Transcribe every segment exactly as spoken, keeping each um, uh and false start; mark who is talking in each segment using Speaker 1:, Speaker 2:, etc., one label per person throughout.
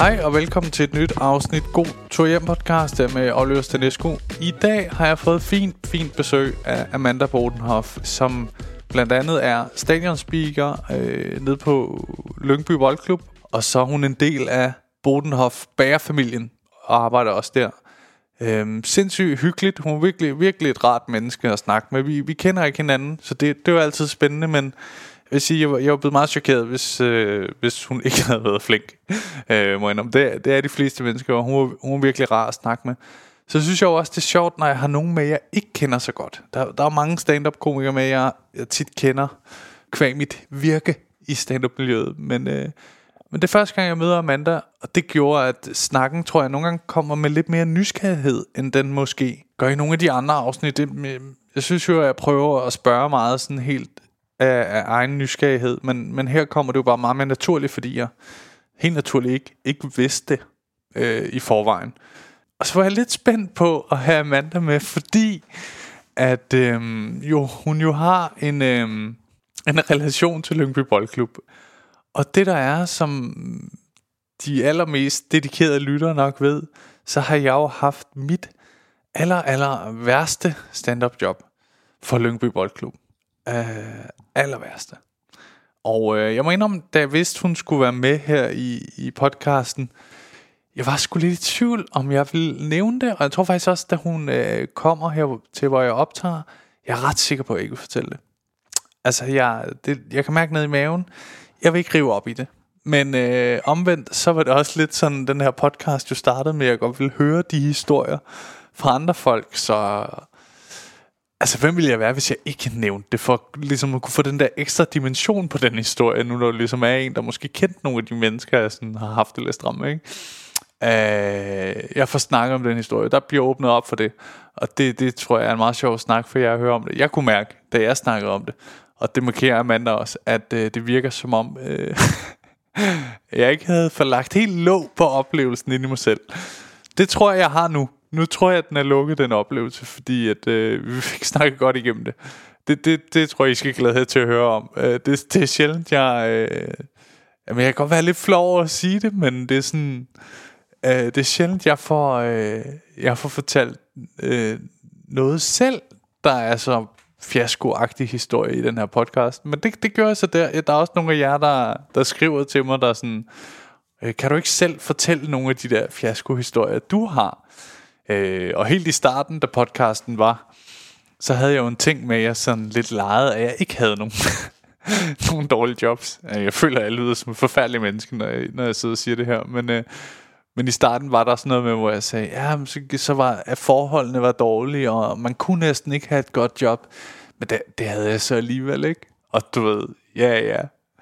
Speaker 1: Hej og velkommen til et nyt afsnit God Tur Hjem podcast der med Oliver Stanescu. I dag har jeg fået fint, fint besøg af Amanda Bodenhoff, som blandt andet er stadionspeaker øh, nede på Lyngby Boldklub. Og så er hun en del af Bodenhoff bagerfamilien og arbejder også der. Øhm, sindssygt hyggeligt. Hun er virkelig, virkelig et rart menneske at snakke med. Vi, vi kender ikke hinanden, så det, det er jo altid spændende, men jeg vil sige, jeg var, jeg var blevet meget chokeret, hvis, øh, hvis hun ikke havde været flink. øh, må jeg det, det er de fleste mennesker, og hun er, hun er virkelig rar at snakke med. Så synes jeg også, det er sjovt, når jeg har nogen med, jeg ikke kender så godt. Der, der er mange stand-up-komikere med, jeg, jeg tit kender, kvæg mit virke i stand-up-miljøet. Men, øh, men det er første gang, jeg møder Amanda, og det gjorde, at snakken, tror jeg, nogle gange kommer med lidt mere nysgerrighed, end den måske gør i nogle af de andre afsnit. Det, jeg synes jo, at jeg prøver at spørge meget sådan helt af, af egen nysgerrighed, men, men her kommer det jo bare meget mere naturligt, fordi jeg helt naturligt ikke, ikke vidste det øh, i forvejen. Og så var jeg lidt spændt på at have Amanda med, fordi at øh, jo, hun jo har en, øh, en relation til Lyngby Boldklub. Og det der er, som de allermest dedikerede lyttere nok ved, så har jeg jo haft mit aller, aller værste stand-up job for Lyngby Boldklub. Uh, aller værste. Og uh, jeg må indrømme, da jeg vidste hun skulle være med her i, i podcasten, jeg var sgu lidt i tvivl om jeg ville nævne det. Og jeg tror faktisk også, da hun uh, kommer her til hvor jeg optager, jeg er ret sikker på at jeg ikke vil fortælle det. Altså jeg, det, jeg kan mærke ned i maven, jeg vil ikke rive op i det. Men uh, omvendt så var det også lidt sådan, den her podcast jo startede med, at jeg godt ville høre de historier fra andre folk. Så altså, hvem ville jeg være, hvis jeg ikke nævnte det, for ligesom at kunne få den der ekstra dimension på den historie, nu der ligesom er en, der måske kendte nogle af de mennesker, jeg sådan har haft det lidt stramt, ikke? Uh, jeg får snakket om den historie, der bliver åbnet op for det, og det, det tror jeg er en meget sjov snak, for jeg hører om det. Jeg kunne mærke, da jeg snakkede om det, og det markerer Amanda også, at uh, det virker som om, uh, jeg ikke havde forlagt helt låg på oplevelsen inde i mig selv. Det tror jeg, jeg har nu. Nu tror jeg, at den er lukket, den oplevelse, fordi at, øh, vi fik snakket godt igennem det. Det, det, det tror jeg, I skal glæde til at høre om. Øh, det, det er sjældent, jeg... Øh, jamen, jeg kan godt være lidt flov over at sige det, men det er sådan... Øh, det er sjældent, jeg får, øh, jeg får fortalt øh, noget selv, der er så fiaskoagtig historie i den her podcast. Men det, det gør jeg så der. Der er også nogle af jer, der, der skriver til mig, der er sådan... Øh, kan du ikke selv fortælle nogle af de der fiaskohistorier, du har? Øh, og helt i starten, da podcasten var, så havde jeg jo en ting med, at jeg sådan lidt legede, at jeg ikke havde nogen, nogen dårlige jobs. Jeg føler, at jeg lyder som en forfærdelig menneske, når jeg, når jeg sidder og siger det her. Men, øh, men i starten var der sådan noget med, hvor jeg sagde, ja, så, så var at forholdene var dårlige, og man kunne næsten ikke have et godt job. Men det, det havde jeg så alligevel ikke. Og du ved, ja, ja.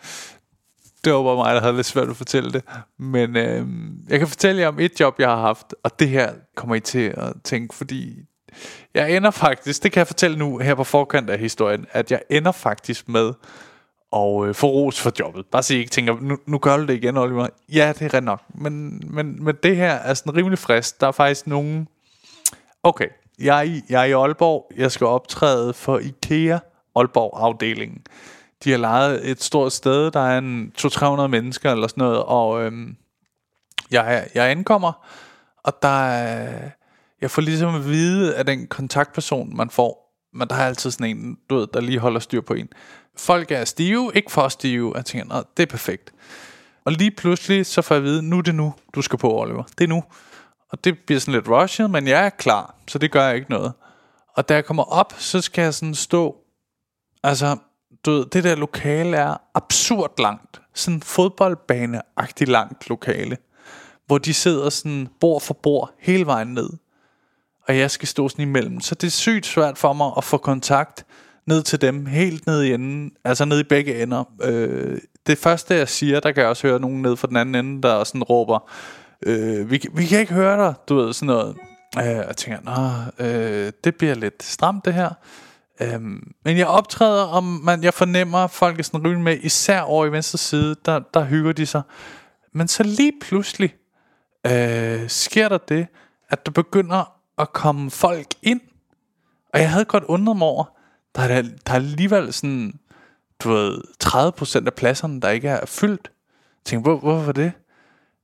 Speaker 1: Det var bare mig, der havde lidt svært at fortælle det. Men øh, jeg kan fortælle jer om et job, jeg har haft. Og det her kommer I til at tænke, fordi jeg ender faktisk, det kan jeg fortælle nu her på forkant af historien, at jeg ender faktisk med at øh, få ros for jobbet. Bare så I ikke tænker, nu, nu gør du det igen, Oliver. Ja, det er ret nok. Men, men, men det her er sådan rimelig frisk. Der er faktisk nogen... Okay, jeg er i, jeg er i Aalborg. Jeg skal optræde for IKEA Aalborg-afdelingen. De har lejet et stort sted, der er en to til tre hundrede mennesker eller sådan noget, og øhm, jeg, jeg ankommer, og der er, jeg får ligesom at vide, at den kontaktperson, man får, men der er altid sådan en, du ved, der lige holder styr på en. Folk er stive, ikke for stive, og jeg tænker, nå, det er perfekt. Og lige pludselig, så får jeg at vide, nu er det nu, du skal på, Oliver. Det er nu. Og det bliver sådan lidt rushet, men jeg er klar, så det gør jeg ikke noget. Og da jeg kommer op, så skal jeg sådan stå, altså... Du ved, det der lokale er absurd langt. Sådan en fodboldbane-agtigt langt lokale. Hvor de sidder sådan bord for bord hele vejen ned. Og jeg skal stå sådan imellem. Så det er sygt svært for mig at få kontakt ned til dem. Helt ned i enden. Altså ned i begge ender. øh, Det første jeg siger, der kan jeg også høre nogen ned fra den anden ende, der sådan råber øh, vi, vi kan ikke høre dig. Du ved sådan noget. øh, Og tænker, nå øh, det bliver lidt stramt det her. Øhm, men jeg optræder, og man, jeg fornemmer, at folk er sådan rimelig med, især over i venstre side, der, der hygger de sig. Men så lige pludselig øh, sker der det, at der begynder at komme folk ind. Og jeg havde godt undret mig over, der er, der er alligevel sådan, du ved, tredive procent af pladserne, der ikke er fyldt. Jeg tænkte, hvor, hvorfor det?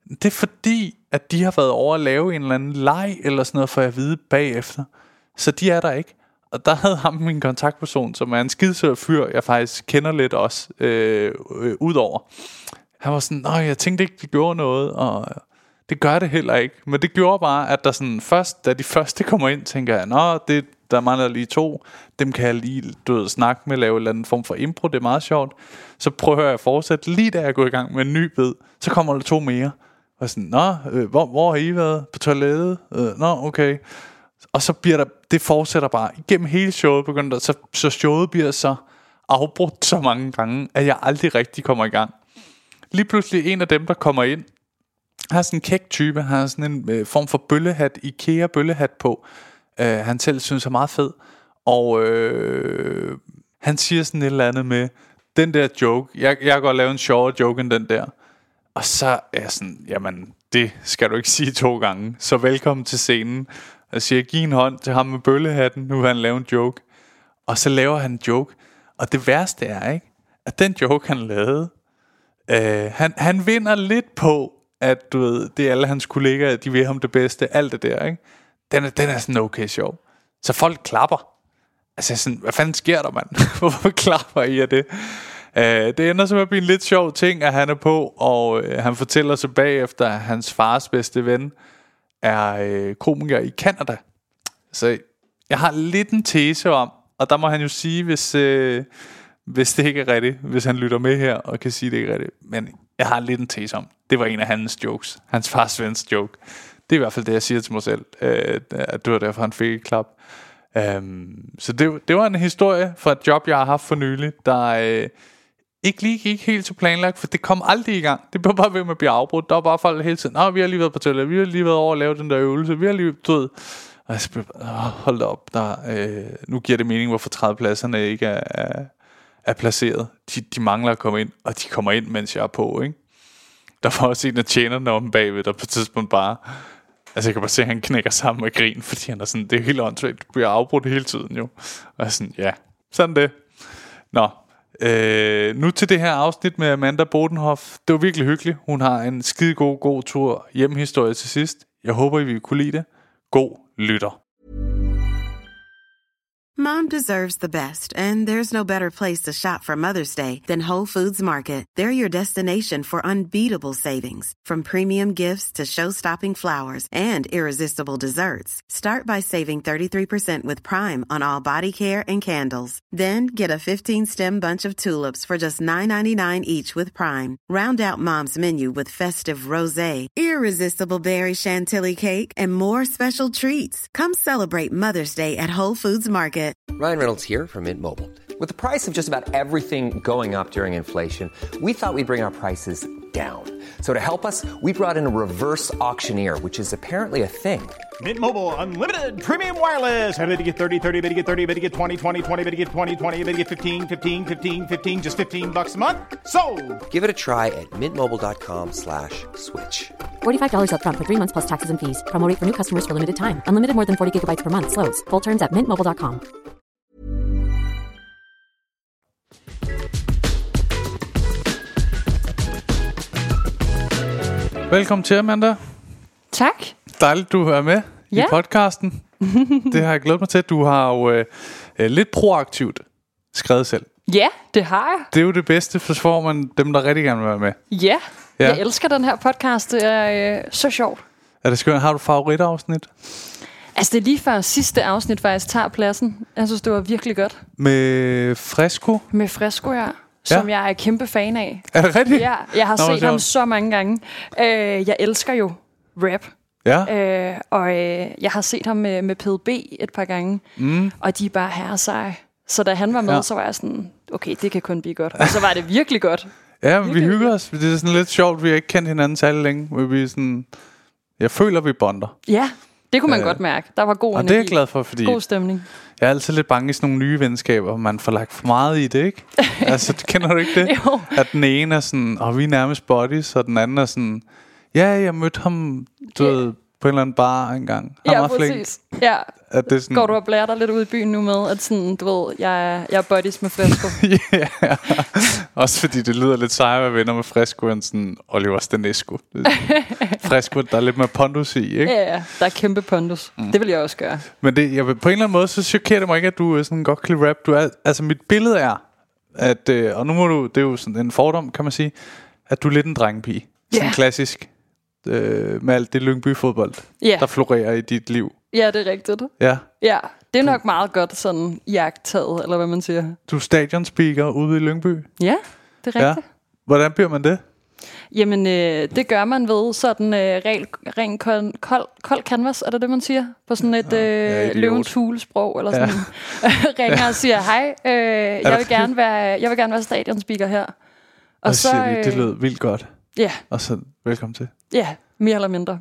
Speaker 1: Det er fordi, at de har været over at lave en eller anden leg eller sådan noget, for at vide bagefter. Så de er der ikke. Og der havde ham min kontaktperson, som er en skidesød fyr, jeg faktisk kender lidt også, øh, øh, udover. Han var sådan, nej, jeg tænkte ikke, det gjorde noget, og det gør det heller ikke. Men det gjorde bare, at der sådan først, da de første kommer ind, tænker jeg, nå, det, der mangler lige to, dem kan jeg lige, du ved, snakke med, lave en eller anden form for impro, det er meget sjovt. Så prøver jeg at fortsætte, lige da jeg går i gang med en ny bid, så kommer der to mere. Og sådan, nå, øh, hvor, hvor har I været? På toilettet? Øh, nå, okay. Og så bliver der, det fortsætter bare igennem hele showet, begynder, så, så showet bliver så afbrudt så mange gange, at jeg aldrig rigtig kommer i gang. Lige pludselig en af dem, der kommer ind, har sådan en kæk type, har sådan en øh, form for bøllehat, Ikea bøllehat på, øh, han selv synes er meget fed, og øh, han siger sådan et eller andet med, den der joke, jeg, jeg kan godt lave en sjovere joke end den der, og så er jeg sådan, jamen det skal du ikke sige to gange, så velkommen til scenen. Jeg siger, giv en hånd til ham med bøllehatten, nu vil han lave en joke. Og så laver han en joke. Og det værste er, ikke, at den joke han lavede, øh, han, han vinder lidt på, at du ved, det er alle hans kollegaer, de vil ham det bedste, alt det der, ikke? Den er, den er sådan okay sjov. Så folk klapper. Altså sådan, hvad fanden sker der, mand? Hvorfor klapper I af det? Uh, det ender som at blive en lidt sjov ting, at han er på, og uh, han fortæller sig bagefter, at hans fars bedste ven er uh, komiker i Canada. Så jeg har lidt en tese om, og der må han jo sige, hvis, uh, hvis det ikke er rigtigt, hvis han lytter med her og kan sige, det ikke er rigtigt. Men jeg har lidt en tese om, det var en af hans jokes, hans fars vens joke. Det er i hvert fald det, jeg siger til mig selv, uh, at det var derfor, han fik et klap. Um, så det, det var en historie fra et job, jeg har haft for nylig, der uh, ikke lige gik helt til planlagt, for det kom aldrig i gang. Det blev bare ved med at blive afbrudt. Der var bare folk hele tiden, nå, vi har lige været på toilet, vi har lige været over at lave den der øvelse, vi har lige død. Og jeg blev, åh, hold da op, der, øh, nu giver det mening, hvorfor tredive pladserne ikke er, er, er placeret. De, de mangler at komme ind, og de kommer ind, mens jeg er på, ikke? Der var også en af tjenerne om bagved, der på et tidspunkt bare, altså jeg kan bare se, at han knækker sammen med grin, fordi han er sådan, det er helt åndssvagt, det bliver afbrudt hele tiden jo. Og jeg er sådan, ja, sådan det. Nå. Øh, nu til det her afsnit med Amanda Bodenhoff. Det var virkelig hyggeligt. Hun har en skide god, god tur hjemhistorie til sidst. Jeg håber, I vil kunne lide det. God lytter.
Speaker 2: Mom deserves the best, and there's no better place to shop for Mother's Day than Whole Foods Market. They're your destination for unbeatable savings, from premium gifts to show-stopping flowers and irresistible desserts. Start by saving thirty-three percent with Prime on all body care and candles. Then get a fifteen-stem bunch of tulips for just nine ninety-nine each with Prime. Round out Mom's menu with festive rosé, irresistible berry chantilly cake, and more special treats. Come celebrate Mother's Day at Whole Foods Market.
Speaker 3: Ryan Reynolds here from Mint Mobile. With the price of just about everything going up during inflation, we thought we'd bring our prices down. So to help us, we brought in a reverse auctioneer, which is apparently a thing.
Speaker 4: Mint Mobile Unlimited Premium Wireless. How to get thirty, thirty, how to get thirty, how to get twenty, twenty, twenty, how to get twenty, twenty, how to get fifteen, fifteen, fifteen, fifteen, just fifteen bucks a month? Sold!
Speaker 3: Give it a try at mintmobile.com slash switch.
Speaker 5: forty-five dollars up front for three months plus taxes and fees. Promo rate for new customers for limited time. Unlimited more than forty gigabytes per month. Slows full terms at mint mobile dot com.
Speaker 1: Velkommen til, Amanda.
Speaker 6: Tak.
Speaker 1: Dejligt, du er med ja. i podcasten. Det har jeg glædet mig til. Du har jo øh, lidt proaktivt skrevet selv.
Speaker 6: Ja, det har jeg.
Speaker 1: Det er jo det bedste, for så får man dem, der rigtig gerne vil være med.
Speaker 6: Ja, ja. Jeg elsker den her podcast. Det er øh, så sjovt.
Speaker 1: Er det skønt? Har du favoritafsnit?
Speaker 6: Altså, det er lige før sidste afsnit faktisk tager pladsen. Jeg synes, det var virkelig godt.
Speaker 1: Med Fresco?
Speaker 6: Med Fresco, ja. Som ja. jeg er kæmpe fan af.
Speaker 1: Er det rigtigt?
Speaker 6: Ja, jeg har
Speaker 1: Nå,
Speaker 6: set ham så mange gange. Øh, jeg elsker jo rap.
Speaker 1: Ja.
Speaker 6: Øh, og øh, jeg har set ham med, med P D B et par gange. Mm. Og de er bare herre seje. Så da han var med, ja. så var jeg sådan, okay, det kan kun blive godt. Og så var det virkelig godt.
Speaker 1: Ja, men vi hygger os. Det er sådan lidt sjovt, vi har ikke kendt hinanden særlig længe. Men vi er sådan, jeg føler, vi bonder.
Speaker 6: Ja, det kunne man øh, godt mærke. Der var god
Speaker 1: og
Speaker 6: energi.
Speaker 1: Og det er jeg glad for, fordi
Speaker 6: god stemning.
Speaker 1: Jeg er altid lidt bange i sådan nogle nye venskaber, man får lagt for meget i det, ikke? Altså, kender du ikke det?
Speaker 6: Jo.
Speaker 1: At den ene er sådan, og vi er nærmest buddies, og den anden er sådan, ja, jeg mødte ham, du yeah. ved, på en eller anden bar engang. Han
Speaker 6: Ja,
Speaker 1: var flink.
Speaker 6: præcis. Ja.
Speaker 1: At det sådan...
Speaker 6: Går du og blærer dig lidt ud i byen nu med, at sådan, du ved, jeg er, jeg er buddies med Fresco?
Speaker 1: Ja, også fordi det lyder lidt sejere at være venner med Fresco end sådan Oliver Stanescu. Fresco, der er lidt mere pondus i, ikke?
Speaker 6: Ja, ja, der er kæmpe pondus. Mm. Det vil jeg også gøre.
Speaker 1: Men det, jeg vil, på en eller anden måde, så chokerer det mig ikke, at du sådan godt kan rap. Du er, altså mit billede er, at, øh, og nu må du, det er jo sådan en fordom, kan man sige, at du er lidt en drengepige. Sådan
Speaker 6: Yeah.
Speaker 1: klassisk, øh, med alt det Lyngby-fodbold,
Speaker 6: Yeah.
Speaker 1: der florerer i dit liv.
Speaker 6: Ja, det er rigtigt.
Speaker 1: Ja.
Speaker 6: Ja, det er nok meget godt sådan jagttaget, eller hvad man siger.
Speaker 1: Du er stadionspeaker ude i Lyngby.
Speaker 6: Ja, det er
Speaker 1: Ja.
Speaker 6: rigtigt.
Speaker 1: Hvordan bliver man det?
Speaker 6: Jamen, øh, det gør man ved sådan øh, ren, ren kold, kold, kold canvas, er det det, man siger? På sådan et
Speaker 1: Ja,
Speaker 6: øh,
Speaker 1: idiot.
Speaker 6: løvens hulesprog, eller sådan. Ja. Ringer og siger, hej, øh, jeg, vil gerne være, jeg vil gerne være stadionspeaker her. Og,
Speaker 1: Og
Speaker 6: så,
Speaker 1: så siger vi, det
Speaker 6: øh,
Speaker 1: lød vildt godt.
Speaker 6: ja,
Speaker 1: Og så velkommen til.
Speaker 6: ja, mere eller mindre.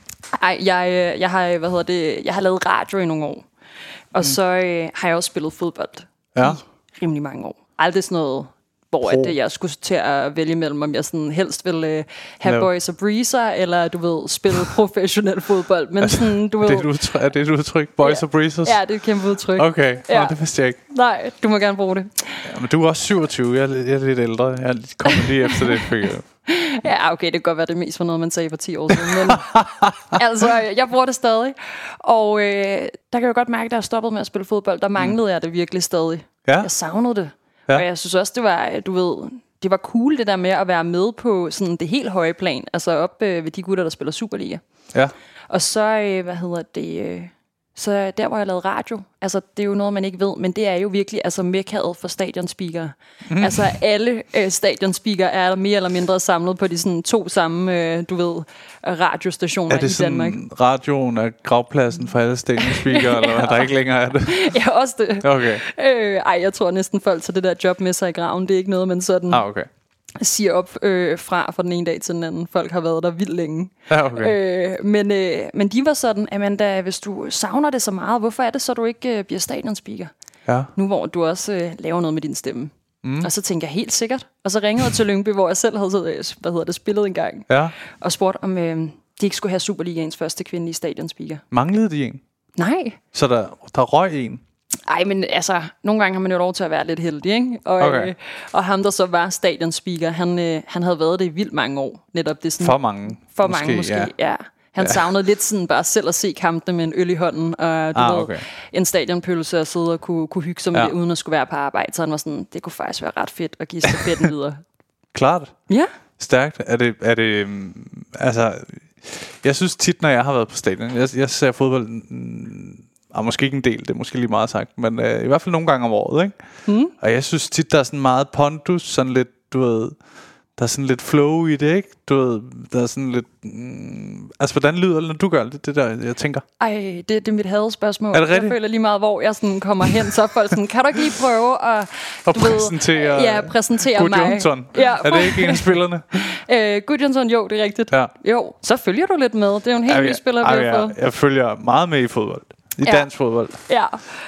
Speaker 6: Ej, jeg, øh, jeg har, hvad hedder det, jeg har lavet radio i nogle år. Og mm. så øh, har jeg også spillet fodbold
Speaker 1: Ja.
Speaker 6: i rimelig mange år. Aldrig sådan noget, hvor at, øh, jeg skulle til at vælge mellem, om jeg sådan helst ville øh, have
Speaker 1: Lav.
Speaker 6: boys og breezer, eller du ved, spille professionel fodbold. Men sådan, du ved...
Speaker 1: Det er et udtryk, er det et udtryk Boys
Speaker 6: Ja.
Speaker 1: og Breezers?
Speaker 6: Ja, det er et kæmpe udtryk.
Speaker 1: Okay,
Speaker 6: Ja.
Speaker 1: Nå, det vidste jeg ikke.
Speaker 6: Nej, du må gerne bruge det.
Speaker 1: Ja, men du er også syvogtyve, jeg er, lidt- jeg er lidt ældre. Jeg kommer lige efter det, fik jeg.
Speaker 6: Ja, okay, det kan godt være det mest for noget, man sagde for ti år siden. Men altså, jeg bruger det stadig. Og øh, der kan jeg godt mærke, da jeg stoppede med at spille fodbold, der manglede mm. jeg det virkelig stadig.
Speaker 1: Ja.
Speaker 6: Jeg savnede det.
Speaker 1: Ja.
Speaker 6: Og jeg synes også, det var, du ved, det var cool det der med at være med på sådan det helt høje plan. Altså op øh, ved de gutter, der spiller Superliga.
Speaker 1: Ja.
Speaker 6: Og så, øh, hvad hedder det, øh, så der, hvor jeg lavede radio, altså det er jo noget, man ikke ved, men det er jo virkelig altså mekkaet for stadionspeakere. Mm. Altså alle øh, stadionspeakere er mere eller mindre samlet på de sådan to samme, øh, du ved, radiostationer
Speaker 1: Er det
Speaker 6: i Danmark.
Speaker 1: sådan, radioen er gravpladsen for alle stadionspeakere, eller hvad? Der ikke længere er det?
Speaker 6: Ja, også det.
Speaker 1: Okay.
Speaker 6: Øh, ej, jeg tror næsten folk tager det der job med sig i graven. Det er ikke noget, man sådan
Speaker 1: Ah, okay.
Speaker 6: siger op øh, fra fra den ene dag til den anden. Folk har været der vildt længe.
Speaker 1: Ja, okay.
Speaker 6: Øh, men, øh, men de var sådan, Amanda, hvis du savner det så meget, hvorfor er det så, du ikke øh, bliver stadionspeaker?
Speaker 1: Ja.
Speaker 6: Nu hvor du også øh, laver noget med din stemme. Mm. Og så tænker jeg helt sikkert. Og så ringede jeg til Lyngby, hvor jeg selv havde øh, hvad hedder det, spillet en gang.
Speaker 1: Ja.
Speaker 6: Og spurgte, om øh, de ikke skulle have Superligaens første kvindelige stadionspeaker.
Speaker 1: Manglede de en?
Speaker 6: Nej.
Speaker 1: Så der, der røg en?
Speaker 6: Ej, men altså, nogle gange har man jo lov til at være lidt heldig, ikke? Og,
Speaker 1: Okay.
Speaker 6: øh, og ham, der så var stadionspeaker, han, øh, han havde været det i vildt mange år. Netop det sådan,
Speaker 1: For mange.
Speaker 6: For måske, mange måske, ja. ja. Han ja. savnede lidt sådan bare selv at se kampene med en øl i hånden, og du
Speaker 1: Ah,
Speaker 6: ved,
Speaker 1: okay.
Speaker 6: en stadionpølse og sidde og kunne, kunne hygge sig med
Speaker 1: Ja.
Speaker 6: det, uden at skulle være på arbejde. Så han var sådan, det kunne faktisk være ret fedt at give stafetten videre.
Speaker 1: Klart.
Speaker 6: Ja.
Speaker 1: Stærkt. Er det, er det um, altså, jeg synes tit, når jeg har været på stadion, jeg, jeg ser fodbold, mm, og måske ikke en del, det er måske lige meget sagt, men uh, i hvert fald nogle gange om året, ikke? Mm. Og jeg synes tit, der er sådan meget pondus, sådan lidt, du ved, der er sådan lidt flow i det, ikke? Du ved, der er sådan lidt... Mm, altså, hvordan lyder det, når du gør det? Det der, jeg tænker.
Speaker 6: Ej, det, det er mit hadespørgsmål.
Speaker 1: Er det rigtigt?
Speaker 6: Jeg føler lige meget, hvor jeg sådan kommer hen, så er folk sådan, kan du ikke lige prøve at...
Speaker 1: Og
Speaker 6: du ved,
Speaker 1: præsentere...
Speaker 6: ja, præsentere mig.
Speaker 1: Gudjonsson.
Speaker 6: Ja.
Speaker 1: Er det ikke en af spillerne?
Speaker 6: øh, Gudjonsson, jo, det er rigtigt.
Speaker 1: Ja.
Speaker 6: Jo, så følger du lidt med. Det er jo en helt
Speaker 1: Ej,
Speaker 6: ny
Speaker 1: jeg-
Speaker 6: spiller,
Speaker 1: ej,
Speaker 6: vi har
Speaker 1: jeg,
Speaker 6: fået.
Speaker 1: jeg følger meget med i fodbold. I
Speaker 6: Ja.
Speaker 1: dansk fodbold.
Speaker 6: Ja.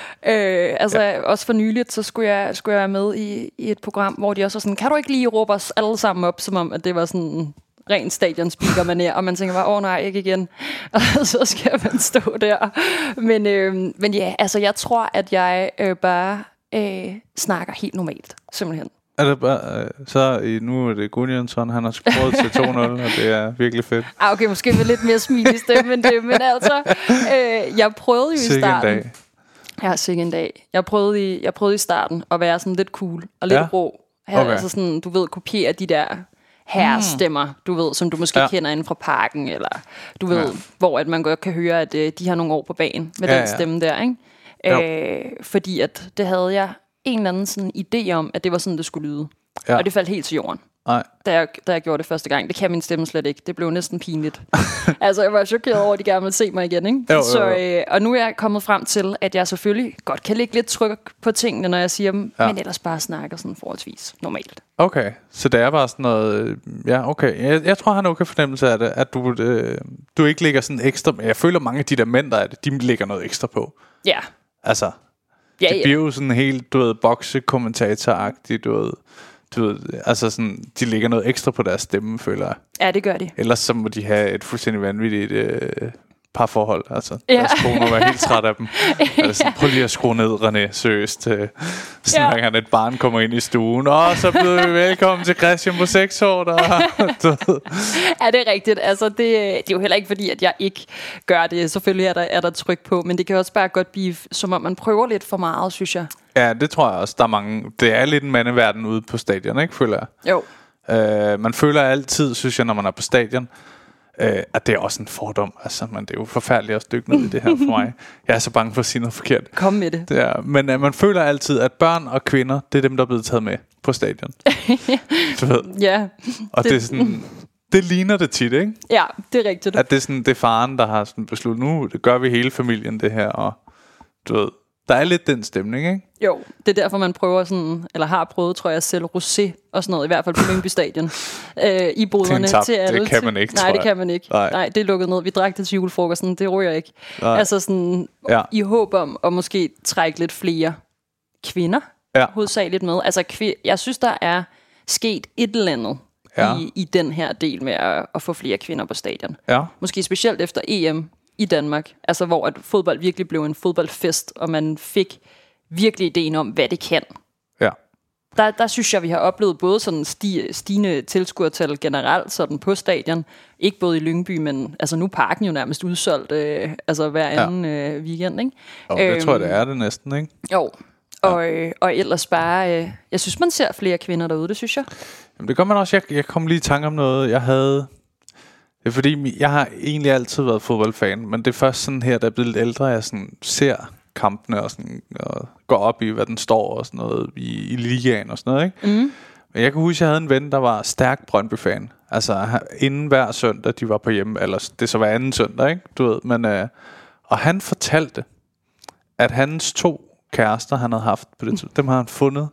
Speaker 6: Øh, altså ja. Også for nyligt, så skulle jeg, skulle jeg være med i, i et program, hvor de også var sådan, kan du ikke lige råbe os alle sammen op, som om, at det var sådan en ren stadionspeaker-manér, og man tænker bare, åh nej, ikke igen. Og så skal man stå der. Men, øh, men ja, altså jeg tror, at jeg øh, bare øh, snakker helt normalt, simpelthen.
Speaker 1: Er det bare, øh, så i, nu er det Gudjonsson, han har skruet til to nul, og det er virkelig fedt.
Speaker 6: Ah, okay, måske med lidt mere smil i stemmen, end det, men altså, øh, jeg prøvede jo i
Speaker 1: Sikke en
Speaker 6: starten.
Speaker 1: dag.
Speaker 6: Ja, sikke en dag. Jeg prøvede i, jeg prøvede i starten at være sådan lidt cool og lidt
Speaker 1: Ja.
Speaker 6: rå. Her,
Speaker 1: Okay.
Speaker 6: altså sådan, du ved, kopiere de der herrestemmer, mm. du ved, som du måske
Speaker 1: Ja.
Speaker 6: ja. kender inden fra Parken, eller du ved,
Speaker 1: Ja.
Speaker 6: hvor at man godt kan høre, at øh, de har nogle år på banen med
Speaker 1: Ja,
Speaker 6: den
Speaker 1: ja.
Speaker 6: stemme der, ikke?
Speaker 1: Jo.
Speaker 6: Øh, fordi at det havde jeg en eller anden sådan idé om, at det var sådan, det skulle lyde.
Speaker 1: Ja.
Speaker 6: Og det faldt helt til jorden.
Speaker 1: Nej.
Speaker 6: Da jeg, da jeg gjorde det første gang. Det kan min stemme slet ikke. Det blev næsten pinligt. Altså, jeg var chokeret over, at de gerne ville se mig igen, ikke?
Speaker 1: Jo, jo, jo.
Speaker 6: Så, øh, og nu er jeg kommet frem til, at jeg selvfølgelig godt kan lægge lidt tryk på tingene, når jeg siger dem,
Speaker 1: Ja.
Speaker 6: ja. men ellers bare snakker sådan forholdsvis normalt.
Speaker 1: Okay, så det er bare sådan noget... øh, Ja, okay. Jeg, jeg tror, han har okay fornemmelse af det, at du, øh, du ikke lægger sådan ekstra... Jeg føler, mange af de der mænd, der er det, de lægger noget ekstra på.
Speaker 6: Ja.
Speaker 1: Altså,
Speaker 6: Ja,
Speaker 1: det
Speaker 6: ja.
Speaker 1: bliver jo sådan helt, du ved, boksekommentator-agtigt, du ved... Du ved, altså sådan, de lægger noget ekstra på deres stemme, føler jeg.
Speaker 6: Ja, det gør de.
Speaker 1: Ellers så må de have et fuldstændig vanvittigt øh, parforhold. Altså,
Speaker 6: Ja.
Speaker 1: deres koner var helt træt af dem. Altså, prøv lige at skrue ned, René, seriøst. Øh, sådan
Speaker 6: Ja.
Speaker 1: ja. han et barn kommer ind i stuen. Åh, så byder vi velkommen til Christian på seks år. Der.
Speaker 6: Ja, det er rigtigt. Altså, det, det er jo heller ikke fordi, at jeg ikke gør det. Selvfølgelig er der, er der tryk på, men det kan også bare godt blive, som om man prøver lidt for meget, synes jeg.
Speaker 1: Ja, det tror jeg også. Der er mange. Det er lidt en mandeverden ude på stadion, ikke, føler jeg.
Speaker 6: Jo.
Speaker 1: Uh, man føler altid, synes jeg, når man er på stadion, uh, at det er også en fordom. Altså, men det er jo forfærdeligt at stykke ned i det her for mig. Jeg er så bange for at sige noget forkert.
Speaker 6: Kom med det.
Speaker 1: Det er, men uh, man føler altid, at børn og kvinder, det er dem, der er blevet taget med på stadion. Du ved.
Speaker 6: Ja.
Speaker 1: Og det, det er sådan, det ligner det tit, ikke?
Speaker 6: Ja, det er rigtigt.
Speaker 1: At det er sådan, det er faren, der har sådan besluttet, nu det gør vi hele familien det her, og du ved, der er lidt den stemning, ikke?
Speaker 6: Jo, det er derfor, man prøver sådan, eller har prøvet, tror jeg, at sælge rosé og sådan noget, i hvert fald på Lyngby Stadion, øh, i boderne
Speaker 1: Til en
Speaker 6: til alle.
Speaker 1: det kan man ikke,
Speaker 6: Nej,
Speaker 1: tror
Speaker 6: det
Speaker 1: jeg.
Speaker 6: kan man ikke.
Speaker 1: Nej.
Speaker 6: Nej, det er lukket ned. Vi drak det til julefrokosten, det ryger ikke.
Speaker 1: Nej.
Speaker 6: Altså sådan,
Speaker 1: Ja.
Speaker 6: i håb om at måske trække lidt flere kvinder,
Speaker 1: Ja.
Speaker 6: hovedsageligt med. Altså, kvi- jeg synes, der er sket et eller andet
Speaker 1: Ja.
Speaker 6: i, i den her del med at, at få flere kvinder på stadion.
Speaker 1: Ja.
Speaker 6: Måske specielt efter E M i Danmark, altså hvor at fodbold virkelig blev en fodboldfest, og man fik virkelig ideen om, hvad det kan.
Speaker 1: Ja.
Speaker 6: Der, der synes jeg, vi har oplevet både sådan sti, stigende tilskuertal generelt sådan på stadion. Ikke både i Lyngby, men altså nu er parken jo nærmest udsolgt øh, altså hver anden ja. øh, weekend, ikke?
Speaker 1: Og det øhm, tror jeg, det er det næsten, ikke?
Speaker 6: Jo. Og, øh, og ellers bare, øh, jeg synes, man ser flere kvinder derude, det synes jeg.
Speaker 1: Jamen, det gør man også. Jeg, jeg kom lige i tanke om noget. Jeg havde... Det er fordi, jeg har egentlig altid været fodboldfan, men det er først sådan her, da jeg er blevet lidt ældre, jeg sådan ser kampene og, sådan, og går op i, hvad den står og sådan noget i, i ligaen og sådan noget, ikke? Mm. Men jeg kan huske, at jeg havde en ven, der var stærk Brøndby-fan. Altså, inden hver søndag, de var på hjemme, eller det så var anden søndag, ikke? Du ved, men... Øh, og han fortalte, at hans to kærester, han havde haft på det tidspunkt, dem har han fundet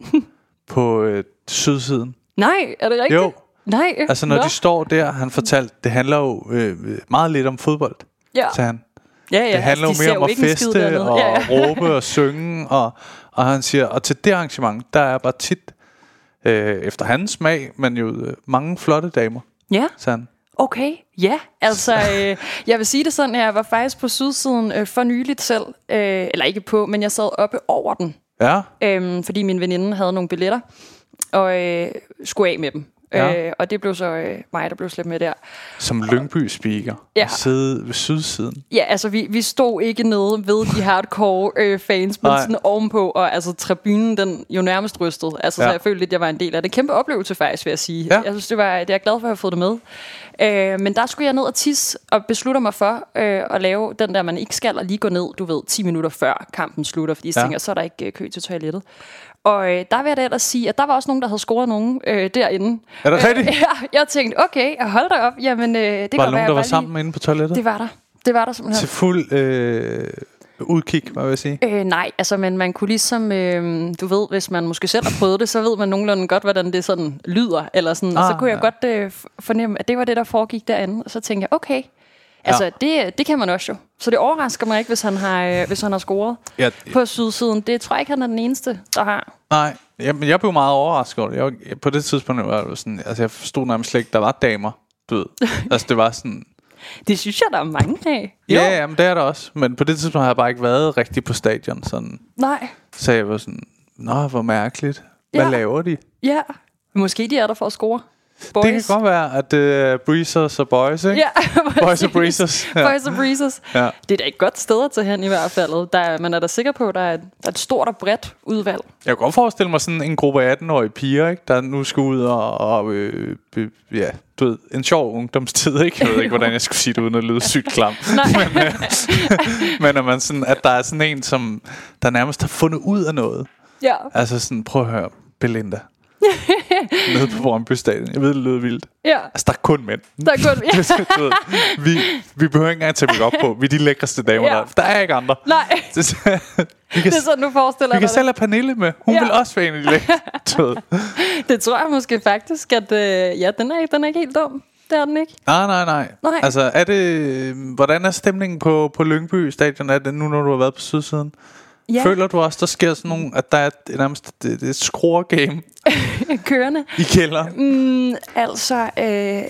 Speaker 1: på øh, sydsiden.
Speaker 6: Nej, er det rigtigt?
Speaker 1: Jo.
Speaker 6: Nej.
Speaker 1: Altså når
Speaker 6: Nå.
Speaker 1: de står der, han fortalte, det handler jo øh, meget lidt om fodbold,
Speaker 6: Ja.
Speaker 1: sagde han.
Speaker 6: Ja, ja,
Speaker 1: Det handler
Speaker 6: altså,
Speaker 1: jo
Speaker 6: de
Speaker 1: mere om
Speaker 6: ser
Speaker 1: at
Speaker 6: ikke en skid
Speaker 1: feste
Speaker 6: dernede.
Speaker 1: og
Speaker 6: Ja, ja.
Speaker 1: råbe og synge, og, og han siger, og til det arrangement, der er bare tit, øh, efter hans smag, men jo øh, mange flotte damer,
Speaker 6: Ja.
Speaker 1: sagde han.
Speaker 6: Okay, ja, altså øh, jeg vil sige det sådan, at jeg var faktisk på sydsiden øh, for nyligt selv, øh, eller ikke på, men jeg sad oppe over den,
Speaker 1: Ja,
Speaker 6: øh, fordi min veninde havde nogle billetter, og øh, skulle af med dem.
Speaker 1: Ja.
Speaker 6: Øh, og det blev så øh, mig, der blev slæbt med der.
Speaker 1: som Lyngby-speaker,
Speaker 6: Ja.
Speaker 1: og sidde ved sydsiden.
Speaker 6: Ja, altså vi, vi stod ikke nede ved de hardcore øh, fans, men
Speaker 1: Nej.
Speaker 6: sådan ovenpå, og altså tribunen, den jo nærmest rystede. Altså, ja. Så
Speaker 1: Ja.
Speaker 6: jeg følte lidt, jeg var en del af det. Kæmpe oplevelse faktisk, vil jeg sige.
Speaker 1: Ja.
Speaker 6: Jeg synes, det var, det er jeg glad for, at jeg har fået det med. Øh, men der skulle jeg ned og tisse, og beslutter mig for øh, at lave den der, man ikke skal, og lige gå ned, du ved, ti minutter før kampen slutter, fordi jeg
Speaker 1: Ja.
Speaker 6: tænker, så er der ikke øh, kø til toilettet. Og øh, der vil jeg da ellers sige, at der var også nogen, der havde scoret nogen øh, derinde.
Speaker 1: Er det rigtigt?
Speaker 6: Ja, jeg tænkte, okay, hold da op. Jamen, øh, det
Speaker 1: Var
Speaker 6: kan
Speaker 1: der
Speaker 6: være,
Speaker 1: nogen, der
Speaker 6: jeg
Speaker 1: var
Speaker 6: bare
Speaker 1: sammen
Speaker 6: lige...
Speaker 1: inde på toilettet?
Speaker 6: Det var der. Det var der simpelthen.
Speaker 1: Til fuld øh, udkig, hvad vil jeg sige?
Speaker 6: Øh, nej, altså, men man kunne ligesom, øh, du ved, hvis man måske selv har prøvet det, så ved man nogenlunde godt, hvordan det sådan lyder, eller sådan, ah, og så
Speaker 1: Ah,
Speaker 6: kunne jeg
Speaker 1: ja.
Speaker 6: godt øh, fornemme, at det var det, der foregik derinde, og så tænkte jeg, okay, altså,
Speaker 1: Ja.
Speaker 6: det, det kan man også jo. Så det overrasker mig ikke, hvis han har, øh, hvis han har scoret
Speaker 1: Ja,
Speaker 6: på sydsiden. Det tror jeg ikke, han er den eneste, der har.
Speaker 1: nej, jamen, jeg blev meget overrasket over det. Jeg, var- jeg, på det tidspunkt var det sådan, altså jeg forstod nærmest slet ikke, der var damer, du ved. Altså det var sådan,
Speaker 6: Det synes jeg, der er mange af.
Speaker 1: ja, ja, men det er der også. Men på det tidspunkt har jeg bare ikke været rigtig på stadion, sådan.
Speaker 6: Nej,
Speaker 1: Så jeg var sådan, nå, hvor mærkeligt. Hvad
Speaker 6: Ja.
Speaker 1: laver de?
Speaker 6: ja. Måske de er der for at score. Boys.
Speaker 1: Det kan godt være, at det uh, breezers og boys, ikke?
Speaker 6: Ja,
Speaker 1: Boys og
Speaker 6: præcis.
Speaker 1: breezers. Ja.
Speaker 6: Boys and breezers.
Speaker 1: Ja.
Speaker 6: Det er da et godt sted at tage hen i hvert fald. Der, er- man er da sikker på, at der er, et, der er et stort og bredt udvalg.
Speaker 1: Jeg kan godt forestille mig sådan en gruppe atten-årige piger, ikke, der nu skal ud og, og øh, øh, ja, du ved, en sjov ungdomstid, ikke? Jeg ved ikke, hvordan jeg skulle sige det, uden at lyde sygt klam. men, øh, men at, man sådan, at der er sådan en, som der nærmest har fundet ud af noget.
Speaker 6: Ja.
Speaker 1: Altså sådan, prøv at høre, Belinda. Nede på Brøndby Stadion. Jeg ved, det lyder vildt.
Speaker 6: Ja.
Speaker 1: Altså, der er kun mænd.
Speaker 6: Der er kun... Ja.
Speaker 1: Du ved, vi, vi behøver ikke engang tage make op på. Vi er de lækreste damer,
Speaker 6: Ja.
Speaker 1: der. Der er ikke andre.
Speaker 6: Nej,
Speaker 1: Det, vi kan,
Speaker 6: det er sådan, du forestiller
Speaker 1: vi kan
Speaker 6: dig
Speaker 1: selv have Pernille med. Hun
Speaker 6: Ja.
Speaker 1: vil også være en af de lækreste. Du ved.
Speaker 6: det. Det tror jeg måske faktisk, at øh, ja, den er, den er ikke helt dum. Det er den ikke.
Speaker 1: Nej, nej, nej.
Speaker 6: Nej.
Speaker 1: Altså, er det... Hvordan er stemningen på, på Lyngby Stadion? Er det nu, når du har været på sydsiden?
Speaker 6: Ja,
Speaker 1: Føler du også, der sker sådan nogle... At der er et, nærmest det, det er et skruer-game
Speaker 6: kørende.
Speaker 1: i kælderen?
Speaker 6: Mm, altså, øh,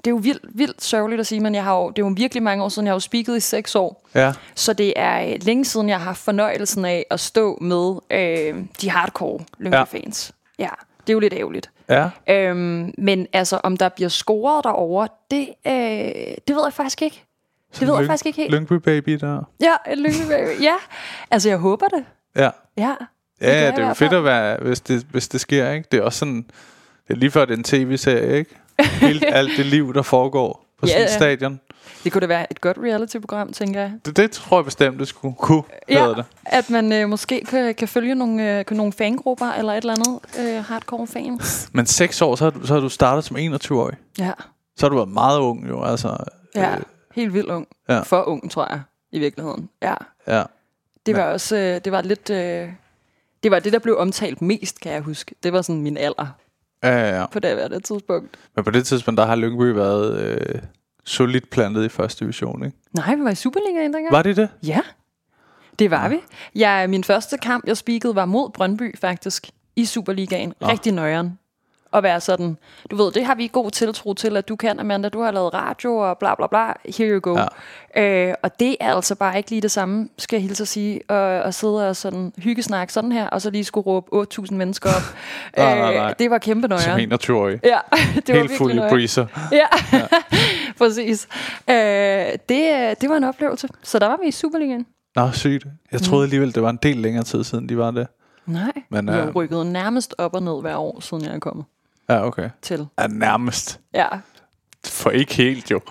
Speaker 6: det er jo vildt, vildt sørgeligt at sige, men jeg har jo, det er jo virkelig mange år siden, jeg har jo speaket i seks år.
Speaker 1: Ja.
Speaker 6: Så det er længe siden, jeg har haft fornøjelsen af at stå med øh, de hardcore Lyngby-fans. Ja. ja, det er jo lidt ærgerligt.
Speaker 1: Ja.
Speaker 6: Øhm, men altså, om der bliver scoret derovre, det, øh, det ved jeg faktisk ikke. Det
Speaker 1: Som
Speaker 6: ved
Speaker 1: Lyng-
Speaker 6: jeg faktisk ikke helt.
Speaker 1: Lyngby Baby der.
Speaker 6: Ja, en Lyngby Baby. Ja, altså jeg håber det.
Speaker 1: Ja.
Speaker 6: Ja.
Speaker 1: Ja, ja, det er jo fedt at være, hvis det, hvis det sker, ikke? Det er også sådan, det er lige før det er en tv-serie, ikke? Helt alt det liv, der foregår på
Speaker 6: Ja,
Speaker 1: sådan et
Speaker 6: ja.
Speaker 1: stadion.
Speaker 6: Det kunne da være et godt reality-program, tænker jeg.
Speaker 1: Det, det tror jeg bestemt, det skulle kunne.
Speaker 6: Ja,
Speaker 1: Det.
Speaker 6: at man øh, måske kan, kan følge nogle, øh, nogle fangrupper eller et eller andet øh, hardcore fans.
Speaker 1: Men seks år, så har, du, så har du startet som enogtyve-årig.
Speaker 6: Ja,
Speaker 1: Så har du været meget ung jo, altså.
Speaker 6: ja.
Speaker 1: Øh,
Speaker 6: Helt vildt ung.
Speaker 1: Ja.
Speaker 6: For ung, tror jeg, i virkeligheden. Ja.
Speaker 1: ja.
Speaker 6: Det var også, øh, det var lidt, øh, det var det, der blev omtalt mest, kan jeg huske. Det var sådan min alder
Speaker 1: Ja, ja, ja.
Speaker 6: på det her tidspunkt.
Speaker 1: Men på det tidspunkt, der har Lyngby været øh, solidt plantet i første division, ikke?
Speaker 6: Nej, vi var i Superligaen dengang.
Speaker 1: Var det det?
Speaker 6: Ja, det var vi. Jeg, min første kamp, jeg speakede, var mod Brøndby, faktisk, i Superligaen.
Speaker 1: Ah.
Speaker 6: Rigtig nøjeren. At være sådan, du ved, det har vi god tiltro til, at du kan, Amanda. Du har lavet radio og bla bla bla. Here you go. Ja. Øh, og det er altså bare ikke lige det samme, skal jeg hilse at sige, at, at sidde og sådan hyggesnak sådan her, og så lige skulle råbe otte tusind mennesker op.
Speaker 1: nej, nej, nej.
Speaker 6: Øh, det var kæmpe nøjeren.
Speaker 1: Som enogtyve-årig.
Speaker 6: Ja, det var
Speaker 1: Helt fuld i breezer.
Speaker 6: Ja, ja. Præcis. Øh, det, det var en oplevelse. Så der var vi i Superligaen.
Speaker 1: Nå, sygt. Jeg troede alligevel, det var en del længere tid siden, de var det.
Speaker 6: Nej,
Speaker 1: Men,
Speaker 6: vi har
Speaker 1: øh,
Speaker 6: rykket nærmest op og ned hver år, siden jeg er kommet
Speaker 1: Ja, okay.
Speaker 6: til.
Speaker 1: Ja, nærmest.
Speaker 6: Ja.
Speaker 1: For ikke helt, jo.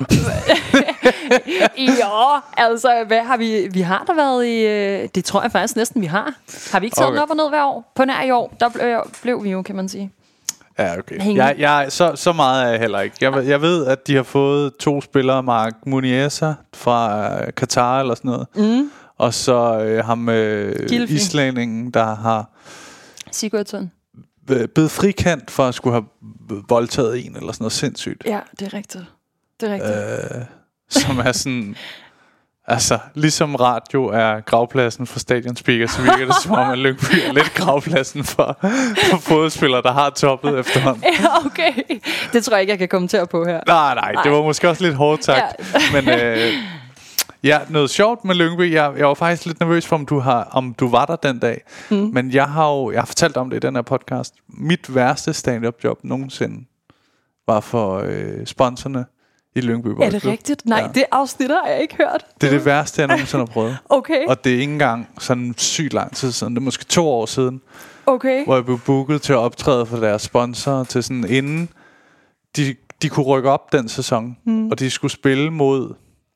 Speaker 6: Jo, altså, hvad har vi... Vi har der været i... øh, Det tror jeg faktisk næsten, vi har. Har vi ikke taget
Speaker 1: Okay.
Speaker 6: den op og ned hver år? På nær i år, der blev, blev vi jo, kan man sige.
Speaker 1: Ja, okay.
Speaker 6: Hængende.
Speaker 1: Jeg, jeg, så, så meget er jeg heller ikke. Jeg, ved- jeg ved, at de har fået to spillere, Mark Muniesa fra øh, Katar eller sådan noget. Mm. Og så øh, ham øh,
Speaker 6: Gylfi.
Speaker 1: islændingen, der har
Speaker 6: Sigurdsson.
Speaker 1: øh, blevet frikendt for at skulle have voldtaget en eller sådan noget sindssygt.
Speaker 6: Ja, det er rigtigt. Det er rigtigt.
Speaker 1: Øh, som er sådan... Altså, ligesom radio er gravpladsen for stadionspeaker, så virker det som om, at Lyngby er lidt gravpladsen for, for fodspillere, der har toppet efterhånden.
Speaker 6: Ja, okay. Det tror jeg ikke, jeg kan kommentere på her.
Speaker 1: Nej, nej, det var måske også lidt hårdt sagt. Ja. Men øh, ja, noget sjovt med Lyngby. Jeg, jeg var faktisk lidt nervøs for, om du, har, om du var der den dag. Mm. Men jeg har jo jeg har fortalt om det i den her podcast. Mit værste stand-up job nogensinde var for øh, sponsorerne i Lyngby
Speaker 6: Er
Speaker 1: Boldklub.
Speaker 6: det rigtigt? Nej,
Speaker 1: Ja.
Speaker 6: det afsnit har jeg ikke hørt.
Speaker 1: Det er det værste, jeg nogensinde har prøvet.
Speaker 6: Okay,
Speaker 1: Og det er ikke engang sådan sygt lang tid siden. Det er måske to år siden,
Speaker 6: okay.
Speaker 1: hvor jeg blev booket til at optræde for deres sponsorer til sådan inden de, de kunne rykke op den sæson. Mm. Og de skulle spille mod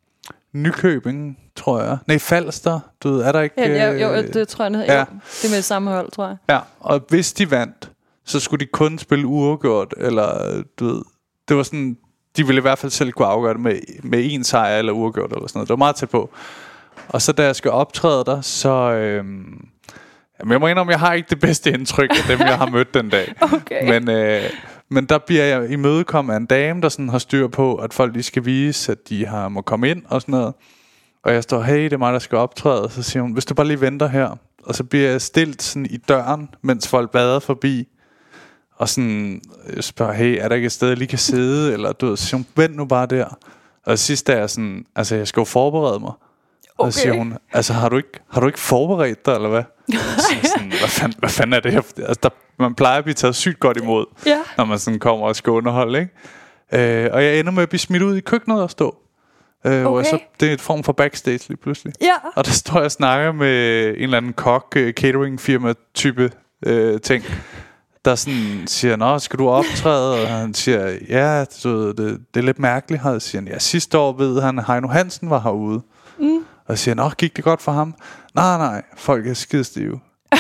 Speaker 1: Nykøbing, tror jeg. Nej, Falster. Du ved, er der ikke...
Speaker 6: Ja, jo, jo,
Speaker 1: øh,
Speaker 6: det tror jeg, det,
Speaker 1: ja.
Speaker 6: ja. det er med samme hold, tror jeg.
Speaker 1: Ja, og hvis de vandt, så skulle de kun spille uafgjort, eller du ved... Det var sådan... De ville i hvert fald selv kunne afgøre det med, med en sejr eller uafgjort eller sådan noget. Det var meget tæt på. Og så da jeg skal optræde der, så... Øhm, jamen jeg må indrømme, jeg har ikke det bedste indtryk af dem, jeg har mødt den dag.
Speaker 6: Okay.
Speaker 1: Men, øh, men der bliver jeg imødekommet af en dame, der sådan har styr på, at folk de skal vise, at de har, må komme ind og sådan noget. Og jeg står, hey, det er mig, der skal optræde. Så siger hun, hvis du bare lige venter her. Og så bliver jeg stillet sådan i døren, mens folk bader forbi. Og sådan jeg spørger, hey, er der ikke et sted, jeg lige kan sidde? Eller du ved, så siger hun, vent nu bare der. Og sidst er jeg sådan, altså jeg skal jo forberede mig. Okay. Og så siger hun, altså har du ikke, har du ikke forberedt dig, eller hvad? Så jeg sådan, hvad, fanden, hvad fanden er det her? Altså, der, man plejer at blive taget sygt godt imod,
Speaker 6: Ja.
Speaker 1: når man sådan kommer og skal underholde, ikke? Øh, og jeg ender med at blive smidt ud i køkkenet og stå. Øh, okay. Hvor jeg så, det er et form for backstage lige pludselig.
Speaker 6: Ja.
Speaker 1: Og der står jeg og snakker med en eller anden kok, uh, catering firma type uh, ting, der sådan siger, nå, skal du optræde? Og han siger, ja, det, det, det er lidt mærkeligt. Og siger han, ja, sidste år ved han, Heino Hansen var herude. Mm. Og siger, nå, gik det godt for ham? Nej, nej, folk er skidestive.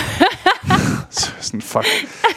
Speaker 1: Så sådan, fuck.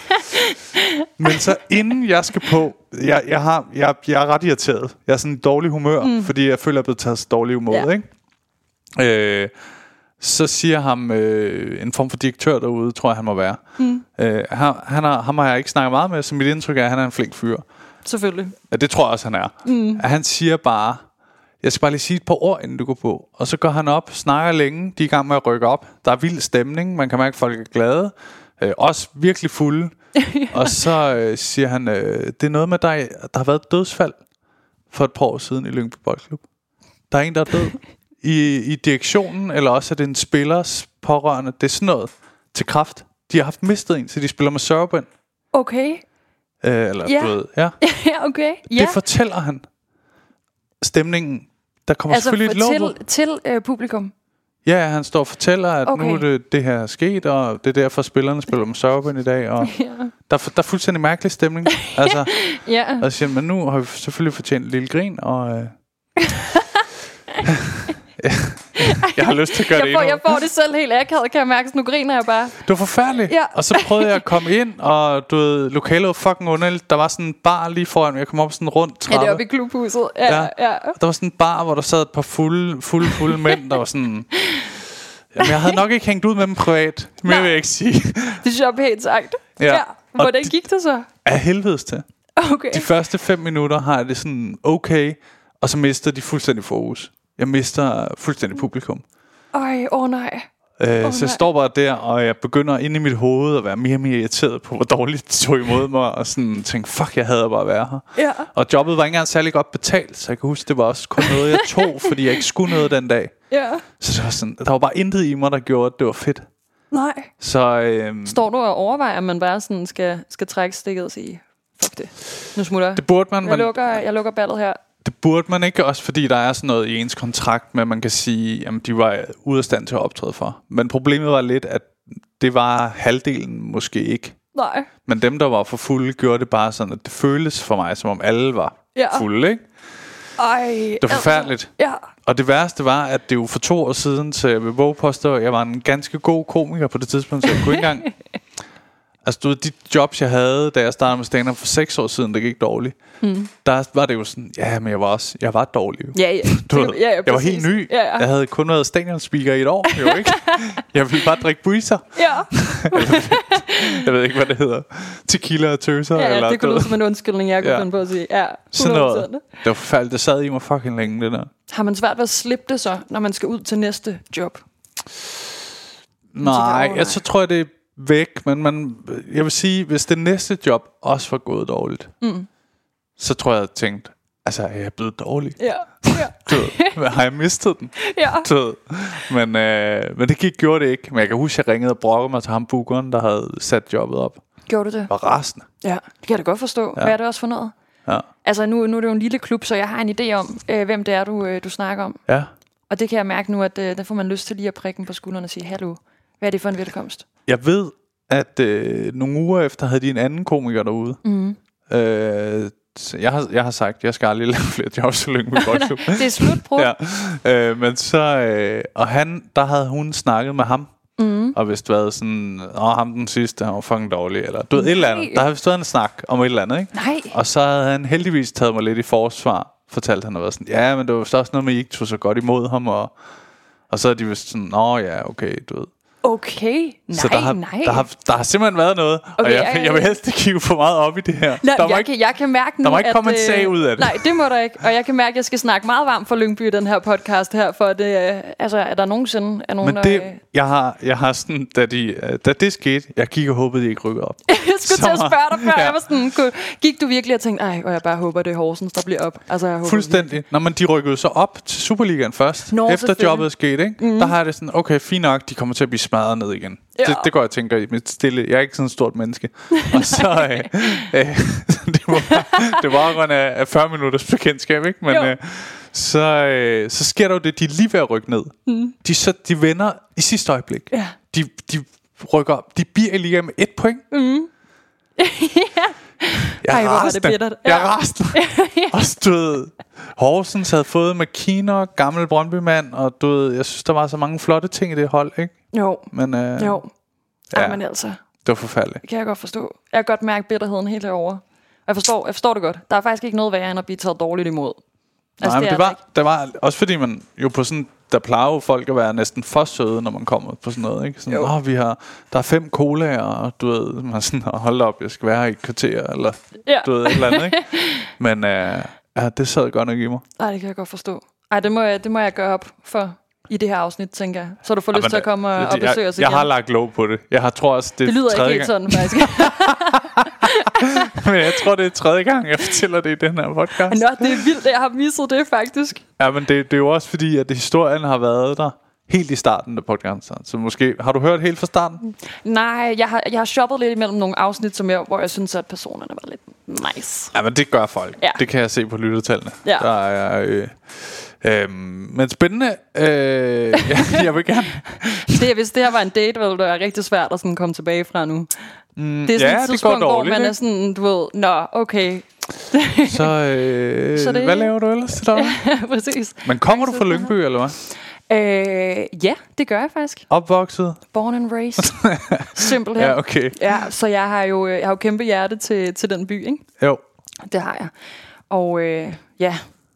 Speaker 1: Men så inden jeg skal på, jeg, jeg, har, jeg, jeg er ret irriteret. Jeg er sådan en dårlig humør, mm. fordi jeg føler, jeg er blevet taget så dårlig imod,
Speaker 6: Ja.
Speaker 1: ikke? Øh, så siger ham øh, en form for direktør derude, tror jeg, han må være. Mm. Øh, han, han har, ham har jeg ikke snakket meget med, så mit indtryk er, at han er en flink fyr.
Speaker 6: Selvfølgelig.
Speaker 1: Ja, det tror jeg også, han er. Mm. At han siger bare, jeg skal bare lige sige et par ord, inden du går på. Og så går han op, snakker længe, de er i gang med at rykke op. Der er vild stemning, man kan mærke, at folk er glade. Øh, også virkelig fulde. Ja. Og så øh, siger han, øh, det er noget med dig, der har været et dødsfald for et par år siden i Lyngby Boldklub. Der er en, der er død i, i direktionen, eller også er det en spillers pårørende. Det er sådan noget til kræft. De har haft mistet en, så de spiller med sørgebind.
Speaker 6: Okay.
Speaker 1: Øh, eller
Speaker 6: Ja.
Speaker 1: du ved, ja.
Speaker 6: Ja, okay. Ja.
Speaker 1: Det fortæller han. Stemningen, der kommer
Speaker 6: Altså
Speaker 1: selvfølgelig
Speaker 6: for,
Speaker 1: et lov.
Speaker 6: til, til øh, publikum.
Speaker 1: Ja, han står og fortæller, at
Speaker 6: Okay.
Speaker 1: nu er det, det her sket, og det er derfor spillerne spiller med sørgebind i dag. Og
Speaker 6: Ja.
Speaker 1: der, er, der er fuldstændig mærkelig stemning. Altså,
Speaker 6: Ja.
Speaker 1: og siger, men nu har vi selvfølgelig fortjent en lille grin, og... Øh, jeg har lyst til at gøre
Speaker 6: Jeg
Speaker 1: det
Speaker 6: får,
Speaker 1: endnu.
Speaker 6: jeg får det selv helt akavet, kan jeg mærke. Nu griner jeg bare.
Speaker 1: Det var forfærdeligt.
Speaker 6: Ja.
Speaker 1: Og så prøvede jeg at komme ind, og du ved, lokalet var fucking underligt. Der var sådan en bar lige foran mig. Jeg kom op sådan en rund
Speaker 6: Ja,
Speaker 1: trappe.
Speaker 6: det er oppe i klubhuset. Ja,
Speaker 1: Ja.
Speaker 6: ja. ja.
Speaker 1: Der var sådan en bar, hvor der sad et par fulde, fulde, fulde mænd, der var sådan... Jamen, jeg havde nok ikke hængt ud med dem privat. Mere
Speaker 6: Nej.
Speaker 1: vil jeg ikke sige.
Speaker 6: Det synes jeg er pænt sagt.
Speaker 1: Ja.
Speaker 6: Ja.
Speaker 1: Og
Speaker 6: Hvordan
Speaker 1: det-
Speaker 6: gik det så?
Speaker 1: Af helvedes til.
Speaker 6: Okay.
Speaker 1: De første fem minutter har jeg det sådan okay, og så mister de fuldstændig fokus. Jeg mister fuldstændig publikum.
Speaker 6: Ej, åh oh, nej.
Speaker 1: Øh, så
Speaker 6: nej.
Speaker 1: jeg står bare der, og jeg begynder inde i mit hoved at være mere og mere irriteret på, hvor dårligt de tog imod mig, og sådan tænke, fuck, jeg hader bare at være her.
Speaker 6: Ja.
Speaker 1: Og jobbet var ikke engang særlig godt betalt, så jeg kan huske, det var også kun noget, jeg tog, fordi jeg ikke skulle noget den dag.
Speaker 6: Ja.
Speaker 1: Så det var sådan, der var bare intet i mig, der gjorde, at det var fedt.
Speaker 6: Nej.
Speaker 1: Så øhm,
Speaker 6: Står du og overvejer, at man bare sådan skal, skal trække stikket og sige, fuck det, nu smutter
Speaker 1: det burde man,
Speaker 6: jeg.
Speaker 1: men
Speaker 6: Lukker, jeg lukker ballet her.
Speaker 1: det burde man ikke, også fordi der er sådan noget i ens kontrakt med, at man kan sige, at de var ude af stand til at optræde for. Men problemet var lidt, at det var halvdelen måske ikke.
Speaker 6: Nej.
Speaker 1: Men dem, der var for fulde, gjorde det bare sådan, at det føltes for mig, som om alle var
Speaker 6: Ja.
Speaker 1: fulde, ikke?
Speaker 6: Ej.
Speaker 1: Det var forfærdeligt.
Speaker 6: Ja.
Speaker 1: Og det værste var, at det jo for to år siden, så jeg vil våge påstå, at jeg var en ganske god komiker på det tidspunkt, så jeg kunne ikke engang... Altså, du ved, de jobs, jeg havde, da jeg startede med stand-up for seks år siden, der gik dårligt. Mm. Der var det jo sådan, ja, men jeg var også, jeg var dårlig jo.
Speaker 6: Ja, ja.
Speaker 1: Du ved,
Speaker 6: ja, ja,
Speaker 1: jeg var
Speaker 6: præcis.
Speaker 1: helt ny.
Speaker 6: Ja, ja.
Speaker 1: Jeg havde kun været stadionspeaker i et år, jo ikke? Jeg ville bare drikke buiser.
Speaker 6: Ja.
Speaker 1: Jeg ved ikke, hvad det hedder. Tequila og tøser.
Speaker 6: Ja, ja,
Speaker 1: eller,
Speaker 6: det kunne
Speaker 1: du
Speaker 6: lyde
Speaker 1: ved.
Speaker 6: som en undskyldning, jeg kunne
Speaker 1: Ja.
Speaker 6: finde på at sige. Ja,
Speaker 1: Sådan
Speaker 6: hundrede
Speaker 1: noget.
Speaker 6: procent.
Speaker 1: Det var forfærdeligt. Det sad i mig fucking længe, det der.
Speaker 6: Har man svært ved at slippe det så, når man skal ud til næste job?
Speaker 1: Nej,
Speaker 6: nej.
Speaker 1: jeg så tror jeg, det er væk. Men man, jeg vil sige, hvis det næste job også var gået dårligt, mm. så tror jeg, jeg tænkt, altså, er jeg blevet dårlig?
Speaker 6: Ja, ja,
Speaker 1: Du ved, har jeg mistet den?
Speaker 6: ja.
Speaker 1: Du ved. Men, øh, men det gik, gjorde det ikke. Men jeg kan huske, at jeg ringede og brokkede mig til ham bookeren, der havde sat jobbet op.
Speaker 6: Gjorde du det?
Speaker 1: Og resten.
Speaker 6: Ja, det kan jeg da godt forstå. Ja. Hvad er det også for noget?
Speaker 1: Ja.
Speaker 6: Altså, nu, nu er det jo en lille klub, så jeg har en idé om, øh, hvem det er, du, øh, du snakker om.
Speaker 1: Ja.
Speaker 6: Og det kan jeg mærke nu, at øh, der får man lyst til lige at prikke den på skulderen og sige, hallo, hvad er det for en velkomst?
Speaker 1: Jeg ved, at øh, nogle uger efter havde de en anden komiker derude. Mm. Øh, så jeg, har, jeg har sagt, at jeg skal aldrig lave flere jobs så Lyngby Boldklub.
Speaker 6: Det er slut, bror.
Speaker 1: Ja. Øh, men så, øh, og han, der havde hun snakket med ham. Mm. Og hvis det været sådan, åh, ham den sidste, han var fucking dårlig, eller du ved, et eller andet. Der havde vist været en snak om et eller andet, ikke?
Speaker 6: Nej.
Speaker 1: Og så havde han heldigvis taget mig lidt i forsvar, fortalte han, og været sådan, ja, men det var vist også noget med, at I ikke tog så godt imod ham, og, og så er de vist sådan, nå ja, okay, du ved.
Speaker 6: Okay, nej,
Speaker 1: Så der har,
Speaker 6: nej.
Speaker 1: Der, har, der har simpelthen været noget, okay, og
Speaker 6: Okay,
Speaker 1: jeg,
Speaker 6: ja, ja,
Speaker 1: jeg vil
Speaker 6: ja.
Speaker 1: helst ikke kigge for meget op i det her.
Speaker 6: Nej,
Speaker 1: der må
Speaker 6: jeg,
Speaker 1: ikke,
Speaker 6: kan, jeg kan mærke nu,
Speaker 1: der må ikke
Speaker 6: at,
Speaker 1: komme en
Speaker 6: øh,
Speaker 1: sag ud af det.
Speaker 6: Nej, det må der ikke. Og jeg kan mærke, at jeg skal snakke meget varmt for Lyngby i den her podcast her, for det, øh, altså, er der nogensinde er nogen,
Speaker 1: Men det,
Speaker 6: der... Øh,
Speaker 1: jeg har, jeg har sådan, da, de, øh, da det skete, jeg kiggede og håbede, de ikke rykkede op.
Speaker 6: jeg skulle
Speaker 1: Så-
Speaker 6: til at spørge dig før,
Speaker 1: ja.
Speaker 6: jeg var sådan, kunne, gik du virkelig og tænkte, ej, og jeg bare håber, det er Horsens, der bliver op. Altså, jeg håber
Speaker 1: Fuldstændig. Nå, men de rykkede så op til Superligaen først,
Speaker 6: Nå,
Speaker 1: efter
Speaker 6: selvfølgelig.
Speaker 1: jobbet skete, ikke? Mm. Der har jeg det sådan, okay, fint nok, de kommer til at blive smadret ned igen.
Speaker 6: Ja.
Speaker 1: Det, det går jeg tænker i mit stille. Jeg er ikke sådan et stort menneske. Og så, øh, øh, det var, det var kun af, af fyrre minutters bekendtskab, ikke? Men øh, så, øh, så sker der jo det, de er lige ved at rykke ned. Mm. De, så, de vender i sidste øjeblik.
Speaker 6: Ja.
Speaker 1: De, de rykker op. De bliver i liga med et point. Mm. Jeg
Speaker 6: Ej,
Speaker 1: er
Speaker 6: hvor var det
Speaker 1: rasende.
Speaker 6: bittert.
Speaker 1: Jeg er
Speaker 6: Ja.
Speaker 1: rasende. Og du ved, Horsens havde fået McKinnon, gammel Brøndby-mand, og du ved, jeg synes, der var så mange flotte ting i det hold, ikke?
Speaker 6: Jo,
Speaker 1: Men øh,
Speaker 6: jo.
Speaker 1: ja.
Speaker 6: Ja. Men altså,
Speaker 1: det var forfærdeligt.
Speaker 6: det kan jeg godt forstå. Jeg kan godt mærke bitterheden helt herovre. Og jeg forstår, jeg forstår det godt. Der er faktisk ikke noget værre, end at blive taget dårligt imod.
Speaker 1: Altså, Nej, men
Speaker 6: er
Speaker 1: det
Speaker 6: der
Speaker 1: var,
Speaker 6: ikke.
Speaker 1: det var også fordi man jo på sådan, der plejer jo folk at være næsten for søde, når man kommer på sådan noget, ikke? Sådan, åh, vi har, der er fem colaer, og du ved, man er sådan, hold op, jeg skal være her i et kvarter, eller
Speaker 6: Ja.
Speaker 1: du ved, et eller andet, ikke? Men øh, ja, det sad godt nok i mig.
Speaker 6: Nej, det kan jeg godt forstå. Ej, det må jeg, det må jeg gøre op for, i det her afsit, tænker jeg. Så du får lyst
Speaker 1: men,
Speaker 6: til at komme og,
Speaker 1: jeg,
Speaker 6: og besøge os igen.
Speaker 1: Jeg har lagt lov på det. Jeg har, tror også, det,
Speaker 6: det lyder
Speaker 1: tredje
Speaker 6: ikke helt
Speaker 1: gang.
Speaker 6: sådan, faktisk.
Speaker 1: Men jeg tror, det er tredje gang, jeg fortæller det i den her podcast.
Speaker 6: Nå, det er vildt, at jeg har misset det, faktisk.
Speaker 1: Ja, men det, det er jo også fordi, at historien har været der helt i starten af podcasten. Så måske, har du hørt helt fra starten?
Speaker 6: Nej, jeg har, jeg har shoppet lidt imellem nogle afsnit, som jeg, hvor jeg synes, at personerne var lidt nice.
Speaker 1: Ja, men det gør folk.
Speaker 6: Ja.
Speaker 1: Det kan jeg se på lyttertallene.
Speaker 6: Ja.
Speaker 1: Der er, øh, øh, men spændende. Øh, jeg, jeg vil gerne...
Speaker 6: Det, hvis det her var en date, ville det være rigtig svært at sådan komme tilbage fra nu. Mm, det er sådan
Speaker 1: ja,
Speaker 6: et tidspunkt,
Speaker 1: dårligt,
Speaker 6: hvor man
Speaker 1: ikke?
Speaker 6: er sådan, du ved, nå, okay.
Speaker 1: Så, øh,
Speaker 6: Så det-
Speaker 1: hvad laver du ellers til dig?
Speaker 6: Ja, præcis.
Speaker 1: Men kommer du fra Lyngby, eller hvad?
Speaker 6: Øh, ja, det gør jeg faktisk.
Speaker 1: Opvokset?
Speaker 6: Born and raised. Simpelthen.
Speaker 1: Ja, okay.
Speaker 6: Ja, så jeg har jo, jeg har jo kæmpe hjerte til, til den by, ikke?
Speaker 1: Jo.
Speaker 6: Det har jeg. Og øh, ja,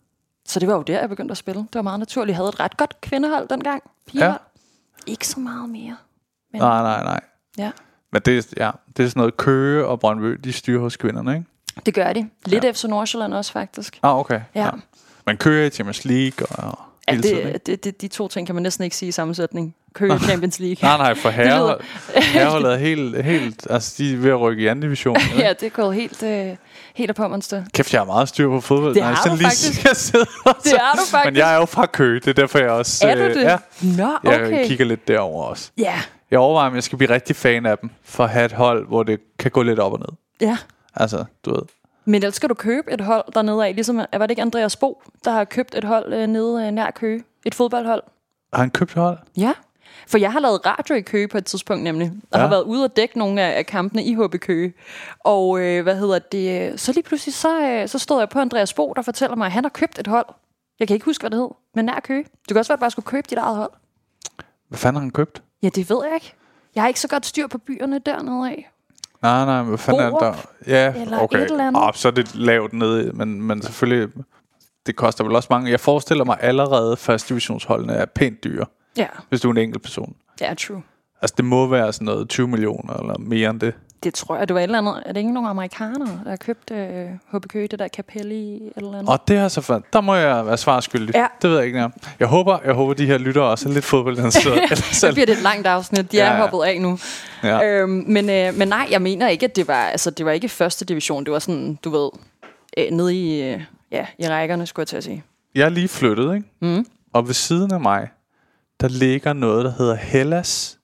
Speaker 6: så det var jo der, jeg begyndte at spille. Det var meget naturligt. Jeg havde et ret godt kvindehold dengang. Pigehold. Ja. Ikke så meget mere. Men,
Speaker 1: Nej, nej, nej.
Speaker 6: Ja,
Speaker 1: Men det, er- ja, det er sådan noget Køge og Brøndby, de styrer hos kvinderne, ikke?
Speaker 6: det gør de. Lidt
Speaker 1: Ja.
Speaker 6: F C Nordsjælland også, faktisk.
Speaker 1: Ah, okay.
Speaker 6: Ja.
Speaker 1: Men Køge i Champions League og, og
Speaker 6: Ja,
Speaker 1: hele tiden, ikke?
Speaker 6: det, det, det, de to ting kan man næsten ikke sige i sammensætning. Køge Champions League.
Speaker 1: Nej, nej, for
Speaker 6: lyder-
Speaker 1: herrehold, herreholdet er helt, helt... Altså, de er ved at rykke i anden division. ikke?
Speaker 6: Ja, det er gået helt, øh, helt af pommerste.
Speaker 1: Kæft, jeg har meget styr på fodbold.
Speaker 6: Det
Speaker 1: når jeg
Speaker 6: har
Speaker 1: sådan
Speaker 6: du
Speaker 1: lige
Speaker 6: faktisk.
Speaker 1: skal sidde og
Speaker 6: Det
Speaker 1: så-
Speaker 6: har du faktisk.
Speaker 1: Men jeg er jo fra Køge, det er derfor, jeg også...
Speaker 6: Er du
Speaker 1: øh,
Speaker 6: det?
Speaker 1: Ja,
Speaker 6: Nå,
Speaker 1: jeg
Speaker 6: okay.
Speaker 1: kigger lidt derover også.
Speaker 6: Ja,
Speaker 1: Jeg overvejer, om jeg skal blive rigtig fan af dem, for at have et hold, hvor det kan gå lidt op og ned.
Speaker 6: ja.
Speaker 1: Altså, du ved...
Speaker 6: Men ellers skal du købe et hold dernede af. Ligesom, var det ikke Andreas Bo, der har købt et hold øh, nede øh, nær Køge? Et fodboldhold.
Speaker 1: Har han købt et hold?
Speaker 6: Ja. For jeg har lavet radio i Køge på et tidspunkt nemlig. Og
Speaker 1: Ja.
Speaker 6: har været ude og dække nogle af, af kampene i H B Køge. Og øh, hvad hedder det? Så lige pludselig, så, øh, så stod jeg på Andreas Bo, der fortæller mig, at han har købt et hold. Jeg kan ikke huske, hvad det hed. Men nær Køge. Det kan også være, at jeg bare skulle købe dit eget hold.
Speaker 1: Hvad fanden har han købt?
Speaker 6: Ja, det ved jeg ikke. Jeg har ikke så godt styr på byerne dernede af.
Speaker 1: Nej, nej, hvad fanden er det der? Ja,
Speaker 6: eller
Speaker 1: okay.
Speaker 6: et eller andet.
Speaker 1: Oh, så er det lavt nede, men, men selvfølgelig, det koster vel også mange. Jeg forestiller mig allerede, første divisionsholdene er pænt dyre,
Speaker 6: Ja,
Speaker 1: hvis du er en enkelt person.
Speaker 6: det er true.
Speaker 1: Altså, det må være sådan noget tyve millioner, eller mere end det.
Speaker 6: Det tror jeg, det var et eller andet. Er det ikke nogen amerikanere, der har købt øh, H B Køge, det der Capelli eller andet?
Speaker 1: Og det er så fandt. Der må jeg være svarskyldig.
Speaker 6: Ja.
Speaker 1: Det ved jeg ikke mere. Jeg håber, jeg håber, de her lyttere også er lidt fodboldinteresserede.
Speaker 6: Så bliver det et langt afsnit. De er
Speaker 1: Ja,
Speaker 6: ja,
Speaker 1: ja.
Speaker 6: hoppet af nu.
Speaker 1: Ja.
Speaker 6: Øhm, men, øh, men nej, jeg mener ikke, at det var, altså, det var ikke første division. Det var sådan, du ved, øh, nede i, øh, ja, i rækkerne, skulle jeg til at sige.
Speaker 1: Jeg er lige flyttet, ikke?
Speaker 6: Mm.
Speaker 1: Og ved siden af mig, der ligger noget, der hedder Hellas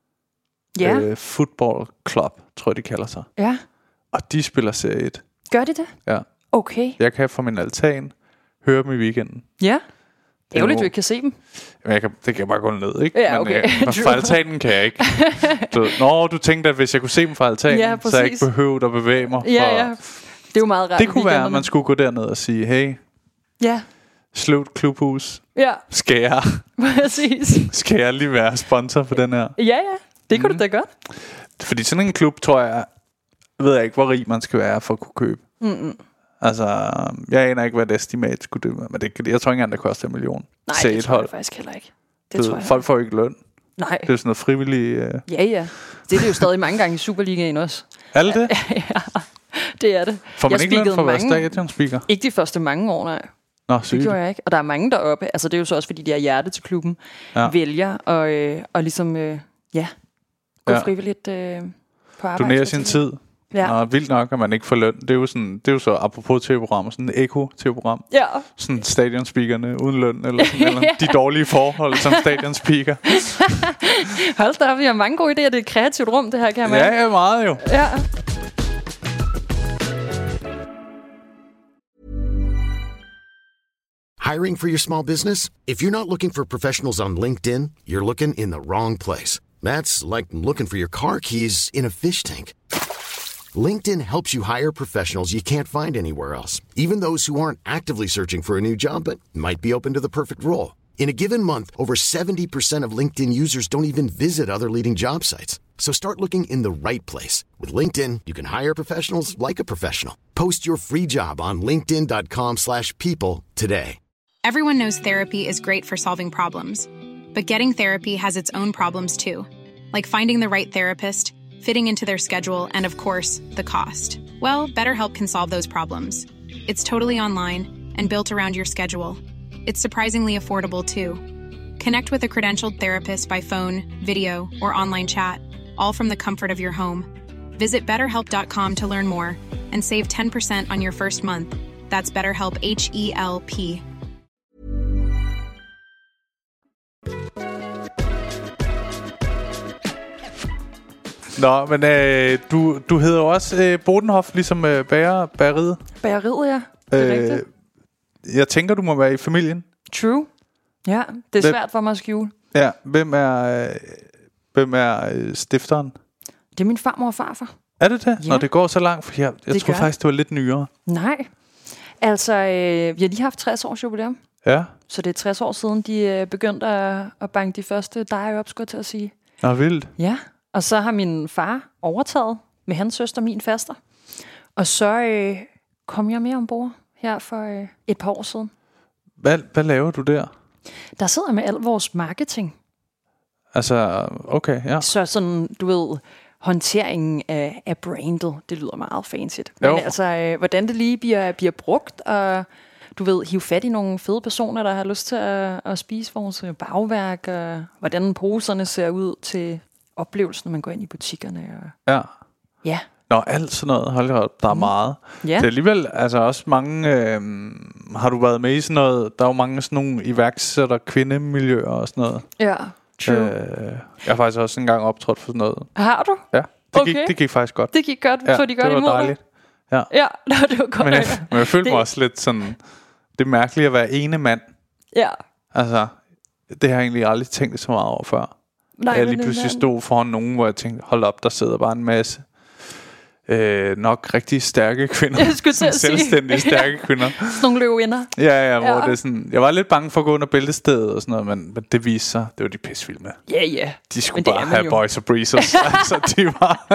Speaker 6: Ja,
Speaker 1: øh, Football Club, tror jeg, de kalder sig.
Speaker 6: ja.
Speaker 1: Og de spiller serie et.
Speaker 6: Gør de det?
Speaker 1: Ja.
Speaker 6: Okay.
Speaker 1: Jeg kan fra min altan høre dem i weekenden.
Speaker 6: Ja.
Speaker 1: er
Speaker 6: Ærgerligt,
Speaker 1: jo-
Speaker 6: du ikke kan se dem.
Speaker 1: Men jeg kan, det kan jeg bare gå ned, ikke?
Speaker 6: Ja,
Speaker 1: Men,
Speaker 6: okay.
Speaker 1: øh, men fra altanen kan jeg ikke. Du, ved, nå, du tænkte, at hvis jeg kunne se dem fra altanen,
Speaker 6: Ja,
Speaker 1: så jeg ikke
Speaker 6: præcis.
Speaker 1: behøvede at bevæge mig.
Speaker 6: Ja,
Speaker 1: for-
Speaker 6: ja. Det er jo meget rart.
Speaker 1: Det
Speaker 6: i
Speaker 1: kunne være, at
Speaker 6: weekenderne.
Speaker 1: man skulle gå derned og sige, hey,
Speaker 6: Ja,
Speaker 1: Slut Klubhus,
Speaker 6: ja,
Speaker 1: skal jeg,
Speaker 6: præcis.
Speaker 1: skal jeg lige være sponsor for den her?
Speaker 6: Ja, ja. Det kunne
Speaker 1: Mm.
Speaker 6: du da godt.
Speaker 1: Fordi sådan en klub, tror jeg, ved jeg ikke, hvor rig man skal være for at kunne købe.
Speaker 6: Mm-mm.
Speaker 1: Altså, jeg aner ikke, hvad det estimat skulle det være, men det, jeg tror ikke engang, det koster en million.
Speaker 6: Nej,
Speaker 1: Se
Speaker 6: det
Speaker 1: et
Speaker 6: tror jeg
Speaker 1: hold.
Speaker 6: faktisk heller ikke. Det
Speaker 1: Du ved,
Speaker 6: tror jeg.
Speaker 1: folk får jo ikke løn.
Speaker 6: Nej.
Speaker 1: Det er sådan noget frivillig... Øh...
Speaker 6: Ja, ja. Det er det jo stadig mange gange i Superligaen også.
Speaker 1: Er det det?
Speaker 6: Ja, det er det.
Speaker 1: Får man
Speaker 6: Jeg
Speaker 1: ikke løn
Speaker 6: speakede
Speaker 1: for at være
Speaker 6: mange-
Speaker 1: stadionspeaker?
Speaker 6: Ikke de første mange år, nej.
Speaker 1: Nå,
Speaker 6: Det
Speaker 1: sygt.
Speaker 6: gjorde jeg ikke. Og der er mange deroppe. Altså, det er jo så også, fordi de har hjerte til klubben.
Speaker 1: Ja.
Speaker 6: Ja. Vælger og, øh, og ligesom, øh, ja, gå
Speaker 1: Ja.
Speaker 6: ja. frivilligt øh, på arbejde.
Speaker 1: Donere sin tid.
Speaker 6: Ja.
Speaker 1: Nå, vildt nok, at man ikke får løn. Det er jo, sådan, det er jo så apropos tv-programmer, sådan en eko-tv-program.
Speaker 6: Ja.
Speaker 1: Sådan stadionspeakerne uden løn, eller, sådan, eller de dårlige forhold som stadionspeaker.
Speaker 6: Hold da op, vi har mange gode idéer. Det er et kreativt rum, det her, kan jeg mærke.
Speaker 1: Ja, ja, meget jo.
Speaker 6: Ja.
Speaker 7: Hiring for your small business? If you're not looking for professionals on LinkedIn, you're looking in the wrong place. That's like looking for your car keys in a fish tank. LinkedIn helps you hire professionals you can't find anywhere else, even those who aren't actively searching for a new job but might be open to the perfect role. In a given month, over seventy percent of LinkedIn users don't even visit other leading job sites. So start looking in the right place. With LinkedIn, you can hire professionals like a professional. Post your free job on linkedin.com slash people today.
Speaker 8: Everyone knows therapy is great for solving problems, but getting therapy has its own problems too, like finding the right therapist, fitting into their schedule, and of course, the cost. Well, BetterHelp can solve those problems. It's totally online and built around your schedule. It's surprisingly affordable too. Connect with a credentialed therapist by phone, video, or online chat, all from the comfort of your home. Visit better help dot com to learn more and save ten percent on your first month. That's BetterHelp, H E L P.
Speaker 1: Nå, men øh, du, du hedder jo også øh, Bodenhoff, ligesom øh, bager, bageriet.
Speaker 6: Bageriet, ja. Det er øh, rigtigt.
Speaker 1: Jeg tænker, du må være i familien.
Speaker 6: True. Ja, det er
Speaker 1: hvem,
Speaker 6: svært for mig at skjule.
Speaker 1: Ja, hvem er, øh, hvem er øh, stifteren?
Speaker 6: Det er min farmor og farfar.
Speaker 1: Er det det?
Speaker 6: Ja.
Speaker 1: Når det går så langt, for jeg, jeg tror faktisk, det var lidt nyere.
Speaker 6: Nej. Altså, øh, vi har lige haft tres års jubilæum.
Speaker 1: Ja.
Speaker 6: Så det er tres år siden, de øh, begyndte at, at banke de første deje op, skulle jeg til at sige.
Speaker 1: Nå, vildt.
Speaker 6: Ja, og så har min far overtaget med hans søster, min faster. Og så øh, kom jeg med ombord her for øh, et par år siden.
Speaker 1: Hvad, hvad laver du der?
Speaker 6: Der sidder jeg med al vores marketing.
Speaker 1: Altså, okay, ja.
Speaker 6: Så sådan, du ved, håndteringen af, af brandet, det lyder meget fancy. Men
Speaker 1: jo.
Speaker 6: altså, øh, hvordan det lige bliver, bliver brugt, og du ved, hive fat i nogle fede personer, der har lyst til at, at spise vores bagværk, og hvordan poserne ser ud til oplevelsen, når man går ind i butikkerne. Og
Speaker 1: Ja.
Speaker 6: ja.
Speaker 1: Nå, alt sådan noget. Hold da op, der er mm. meget.
Speaker 6: Ja.
Speaker 1: Det er alligevel, altså også mange, øh, har du været med i sådan noget, der er jo mange sådan nogle iværksætter, kvindemiljøer og sådan noget.
Speaker 6: Ja, true.
Speaker 1: Øh, jeg har faktisk også engang optrådt for sådan noget.
Speaker 6: Har du?
Speaker 1: Ja, det,
Speaker 6: Okay.
Speaker 1: gik, det gik faktisk godt.
Speaker 6: Det gik godt,
Speaker 1: Ja,
Speaker 6: så de godt
Speaker 1: det var
Speaker 6: imod
Speaker 1: dejligt. Ja.
Speaker 6: Ja, nå, det var godt.
Speaker 1: Men jeg, men jeg følte
Speaker 6: det,
Speaker 1: mig også lidt sådan, det er mærkeligt at være ene mand.
Speaker 6: Ja.
Speaker 1: Altså, det har jeg egentlig aldrig tænkt så meget over før.
Speaker 6: Nej,
Speaker 1: jeg lige pludselig stod foran nogen, hvor jeg tænkte, hold op, der sidder bare en masse øh, nok rigtig stærke kvinder.
Speaker 6: Jeg skulle til at sige.
Speaker 1: Selvstændige stærke kvinder.
Speaker 6: Sådan nogle løvinder.
Speaker 1: Ja, ja, hvor
Speaker 6: Ja.
Speaker 1: det er sådan, jeg var lidt bange for at gå under bæltestedet og sådan noget, men, men det viste sig, det var de pisfilme.
Speaker 6: Ja, ja.
Speaker 1: De skulle
Speaker 6: Men det
Speaker 1: bare
Speaker 6: er man
Speaker 1: have
Speaker 6: jo.
Speaker 1: boys og breezers. Altså, de var...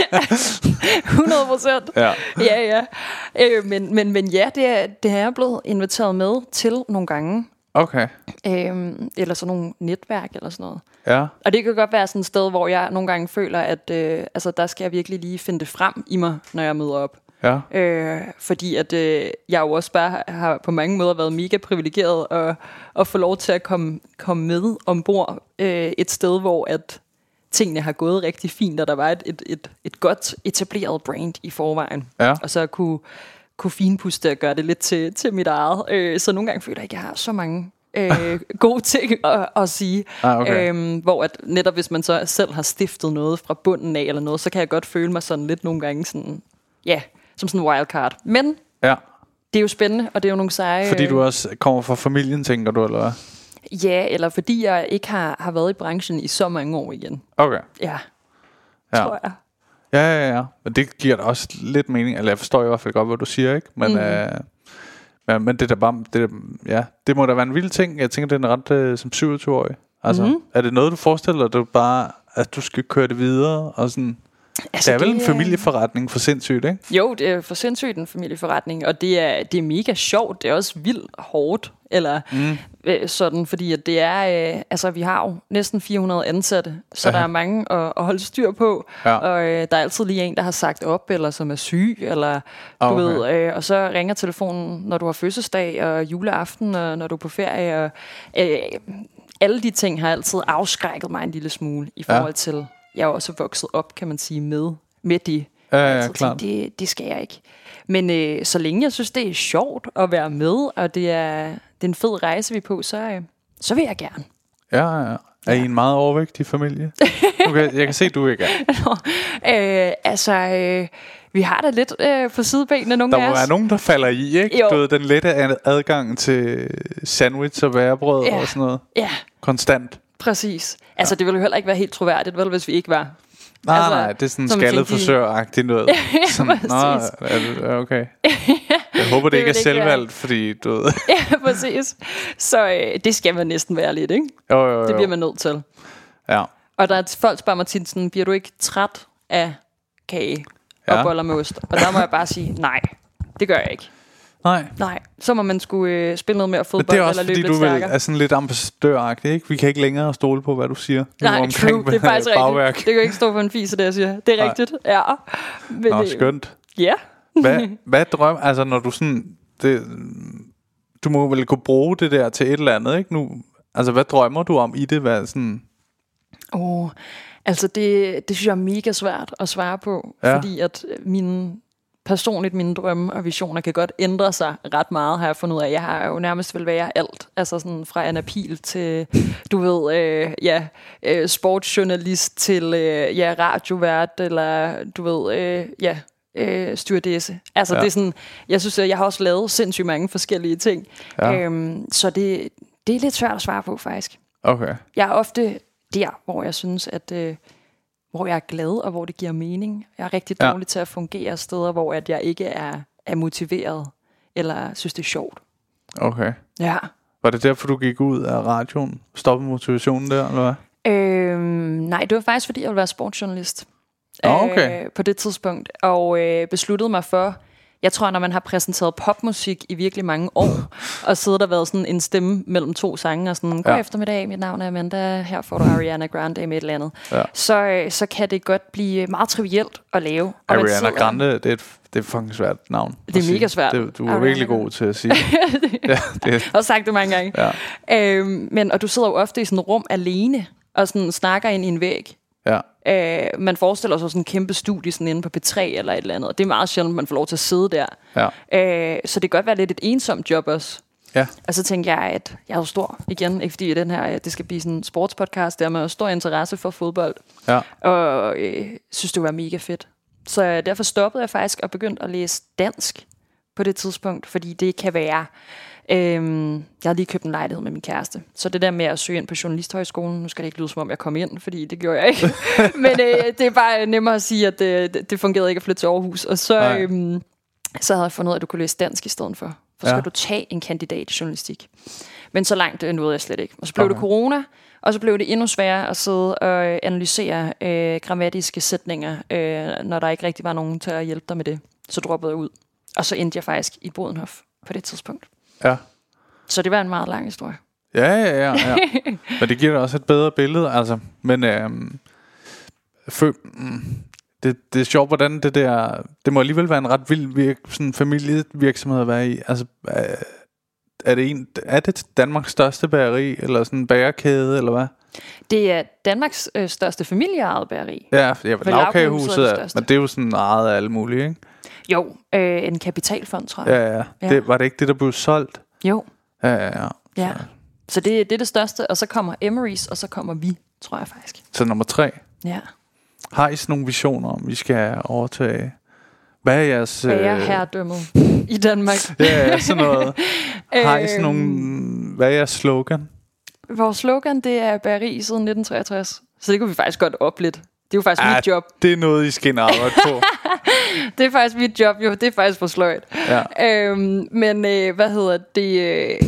Speaker 6: hundrede procent.
Speaker 1: Ja.
Speaker 6: Ja, ja. Øh, men, men, men ja, det er, det har jeg blevet inviteret med til nogle gange.
Speaker 1: Okay.
Speaker 6: Øhm, eller sådan nogle netværk eller sådan noget.
Speaker 1: Ja.
Speaker 6: Og det kan godt være sådan et sted, hvor jeg nogle gange føler, at øh, altså, der skal jeg virkelig lige finde det frem i mig, når jeg møder op.
Speaker 1: Ja.
Speaker 6: Øh, fordi at øh, jeg jo også bare har, har på mange måder været mega privilegeret at, at få lov til at komme, komme med ombord øh, et sted, hvor at tingene har gået rigtig fint, og der var et, et, et, et godt etableret brand i forvejen.
Speaker 1: Ja.
Speaker 6: Og så kunne, kunne finpuste og gøre det lidt til, til mit eget. Øh, så nogle gange føler jeg ikke, at jeg har så mange øh, gode ting at, at sige.
Speaker 1: Ah, okay.
Speaker 6: øhm, hvor at netop hvis man så selv har stiftet noget fra bunden af eller noget, så kan jeg godt føle mig sådan lidt nogle gange sådan, ja, som sådan en wildcard. Men
Speaker 1: Ja.
Speaker 6: det er jo spændende, og det er jo nogle seje...
Speaker 1: Fordi du også kommer fra familien, tænker du, eller hvad?
Speaker 6: Ja, eller fordi jeg ikke har, har været i branchen i så mange år igen.
Speaker 1: Okay.
Speaker 6: Ja,
Speaker 1: Ja.
Speaker 6: tror jeg.
Speaker 1: Ja, ja, ja. Men det giver da også lidt mening. Eller jeg forstår i hvert fald godt, hvad du siger, ikke? Men, mm. øh, men, men det der bare... Det der, ja, det må da være en vild ting. Jeg tænker, det er en ret øh, som syvogtyve-årig. Altså, mm. er det noget, du forestiller dig bare, at du skal køre det videre? Og sådan... Altså, det er vel det, en familieforretning for sindssygt, ikke?
Speaker 6: Jo, det er for sindssygt en familieforretning, og det er, det er mega sjovt. Det er også vildt hårdt, eller mm. øh, sådan, fordi at det er, øh, altså vi har jo næsten fire hundrede ansatte, så Aha. der er mange at, at holde styr på, ja. og øh, der er altid lige en, der har sagt op, eller som er syg, eller du
Speaker 1: okay.
Speaker 6: ved, øh, og så ringer telefonen, når du har fødselsdag, og juleaften, og når du er på ferie, og øh, alle de ting har altid afskrækket mig en lille smule, i forhold ja. til... Jeg er også vokset op, kan man sige, med, med det.
Speaker 1: Ja, ja, ja, klart.
Speaker 6: Tænkte, det, det skal jeg ikke. Men øh, så længe jeg synes, det er sjovt at være med, og det er, det er en fed rejse, vi er på, så, øh, så vil jeg gerne.
Speaker 1: Ja, ja. Er ja. I en meget overvægtig familie? Okay, jeg kan se, du ikke er.
Speaker 6: øh, altså, øh, vi har da lidt øh, på sidebenene, nogle
Speaker 1: der
Speaker 6: af os.
Speaker 1: Der må være nogen, der falder i, ikke?
Speaker 6: Jo.
Speaker 1: Du ved, den lette adgang til sandwich og værebrød
Speaker 6: ja.
Speaker 1: og sådan noget.
Speaker 6: Ja.
Speaker 1: Konstant.
Speaker 6: Præcis. Altså, ja. det ville jo heller ikke være helt troværdigt, vel, hvis vi ikke var.
Speaker 1: Nej,
Speaker 6: altså,
Speaker 1: nej, det er sådan skaldet frisør-agtigt noget.
Speaker 6: ja,
Speaker 1: sådan, nå, er det, okay. Jeg håber, det, det ikke er selvvalgt, fordi du ved.
Speaker 6: ja, præcis. Så øh, det skal man næsten være lidt, ikke?
Speaker 1: Jo, jo, jo.
Speaker 6: Det bliver man nødt til.
Speaker 1: Ja.
Speaker 6: Og der er folk spørger mig tit sådan, bliver du ikke træt af kage og
Speaker 1: ja.
Speaker 6: boller med ost? Og der må jeg bare sige, nej, det gør jeg ikke.
Speaker 1: Nej.
Speaker 6: Nej, så må man skulle øh, spille noget mere fodbold eller løbe lidt stærkere.
Speaker 1: Det er også fordi, du er sådan lidt ambassadøragtig, ikke? Vi kan ikke længere stole på, hvad du siger.
Speaker 6: Nej, true, det er faktisk bagværk. rigtigt. Det kan jo ikke stå for en fise, det jeg siger. Det er Nej. rigtigt, ja.
Speaker 1: Men, Nå, skønt.
Speaker 6: Ja.
Speaker 1: hvad, hvad drøm, altså når du sådan, det, du må vel kunne bruge det der til et eller andet, ikke? Nu, Altså, hvad drømmer du om i det? Hvad sådan...
Speaker 6: Oh, altså, det, det synes jeg er mega svært at svare på, ja. Fordi at mine... Personligt, mine drømme og visioner kan godt ændre sig ret meget, har jeg fundet ud af. Jeg har jo nærmest vel være alt. Altså sådan fra Anna Pihl til, du ved, øh, ja, øh, sportsjournalist til, øh, ja, radiovært, eller du ved, øh, ja, øh, stewardesse. Altså ja. Det er sådan, jeg synes, jeg har også lavet sindssygt mange forskellige ting. Ja. Øhm, så det, det er lidt svært at svare på, faktisk.
Speaker 1: Okay.
Speaker 6: Jeg er ofte der, hvor jeg synes, at... Øh, hvor jeg er glad, og hvor det giver mening. Jeg er rigtig dårlig ja. til at fungere steder, hvor at jeg ikke er, er motiveret, eller synes, det er sjovt.
Speaker 1: Okay.
Speaker 6: Ja.
Speaker 1: Var det derfor, du gik ud af radioen? Stoppede motivationen der, eller hvad?
Speaker 6: Øhm, nej, det var faktisk, fordi jeg ville være sportsjournalist.
Speaker 1: Oh, okay.
Speaker 6: øh, på det tidspunkt. Og øh, besluttede mig for... Jeg tror, når man har præsenteret popmusik i virkelig mange år, og sidder der været sådan en stemme mellem to sange, og sådan, god ja. eftermiddag, mit navn er Amanda, her får du Ariana Grande med et eller andet, ja. så, så kan det godt blive meget trivielt at lave. Og
Speaker 1: Ariana
Speaker 6: sidder,
Speaker 1: Grande, det er et, det er et fucking svært navn.
Speaker 6: Det er mega svært.
Speaker 1: Det, du er Ariana virkelig god til at sige det. Ja, det
Speaker 6: jeg har sagt det mange gange. Ja. Øhm, men, og du sidder jo ofte i sådan et rum alene, og sådan snakker ind i en væg.
Speaker 1: Ja.
Speaker 6: Øh, man forestiller sig sådan en kæmpe studie sådan inde på P tre eller et eller andet, og det er meget sjældent, man får lov til at sidde der. Ja. Øh, så det kan godt være lidt et ensomt job også. Ja. Og så tænker jeg, at jeg er jo stor igen, ikke fordi den her, det skal blive sådan en sportspodcast, der med stor interesse for fodbold. Ja. Og øh, synes, det var mega fedt. Så derfor stoppede jeg faktisk og begyndte at læse dansk på det tidspunkt, fordi det kan være... Øhm, jeg har lige købt en lejlighed med min kæreste. Så det der med at søge ind på Journalisthøjskolen, nu skal det ikke lyde som om jeg kom ind, fordi det gjorde jeg ikke. Men øh, det er bare nemmere at sige, at det, det fungerede ikke at flytte til Aarhus. Og så, øhm, så havde jeg fundet ud af, at du kunne læse dansk i stedet for. For så ja. skal du tage en kandidat i journalistik. Men så langt øh, nåede jeg slet ikke. Og så blev okay. det corona, og så blev det endnu sværere at sidde og analysere øh, grammatiske sætninger, øh, når der ikke rigtig var nogen til at hjælpe dig med det. Så droppede jeg ud. Og så endte jeg faktisk i Bodenhof på det tidspunkt.
Speaker 1: Ja.
Speaker 6: Så det var en meget lang historie.
Speaker 1: Ja, ja, ja, ja. Men det giver da også et bedre billede, altså. Men øhm, for, mm, det, det er sjovt, hvordan det der... Det må alligevel være en ret vild virk, sådan familievirksomhed at være i. Altså, er, er, det en, er det Danmarks største bageri, eller sådan en bagerkæde, eller hvad?
Speaker 6: Det er Danmarks øh, største familieejede bageri.
Speaker 1: Ja, for jeg ved, Lagkagehuset er, men det er jo sådan ejet af alle mulige, ikke?
Speaker 6: Jo, øh, en kapitalfond, tror jeg.
Speaker 1: Ja, ja. ja. Det, var det ikke det, der blev solgt?
Speaker 6: Jo.
Speaker 1: Ja, ja, ja.
Speaker 6: ja. Så, så det, det er det største, og så kommer Emery's, og så kommer vi, tror jeg faktisk.
Speaker 1: Så nummer tre?
Speaker 6: Ja.
Speaker 1: Har I sådan nogle visioner om, vi skal overtage? Hvad er jeres...
Speaker 6: Bagerherredømmet i Danmark.
Speaker 1: Ja, ja, sådan noget. Har I sådan nogle... Hvad er jeres slogan?
Speaker 6: Vores slogan, det er bageri siden nitten treogtres. Så det kunne vi faktisk godt op lidt. Det er jo faktisk ja, mit job.
Speaker 1: Det er noget, I skal arbejde på.
Speaker 6: Det er faktisk mit job, jo. Det er faktisk for sløjt. Ja. Øhm, men øh, hvad hedder det? Øh...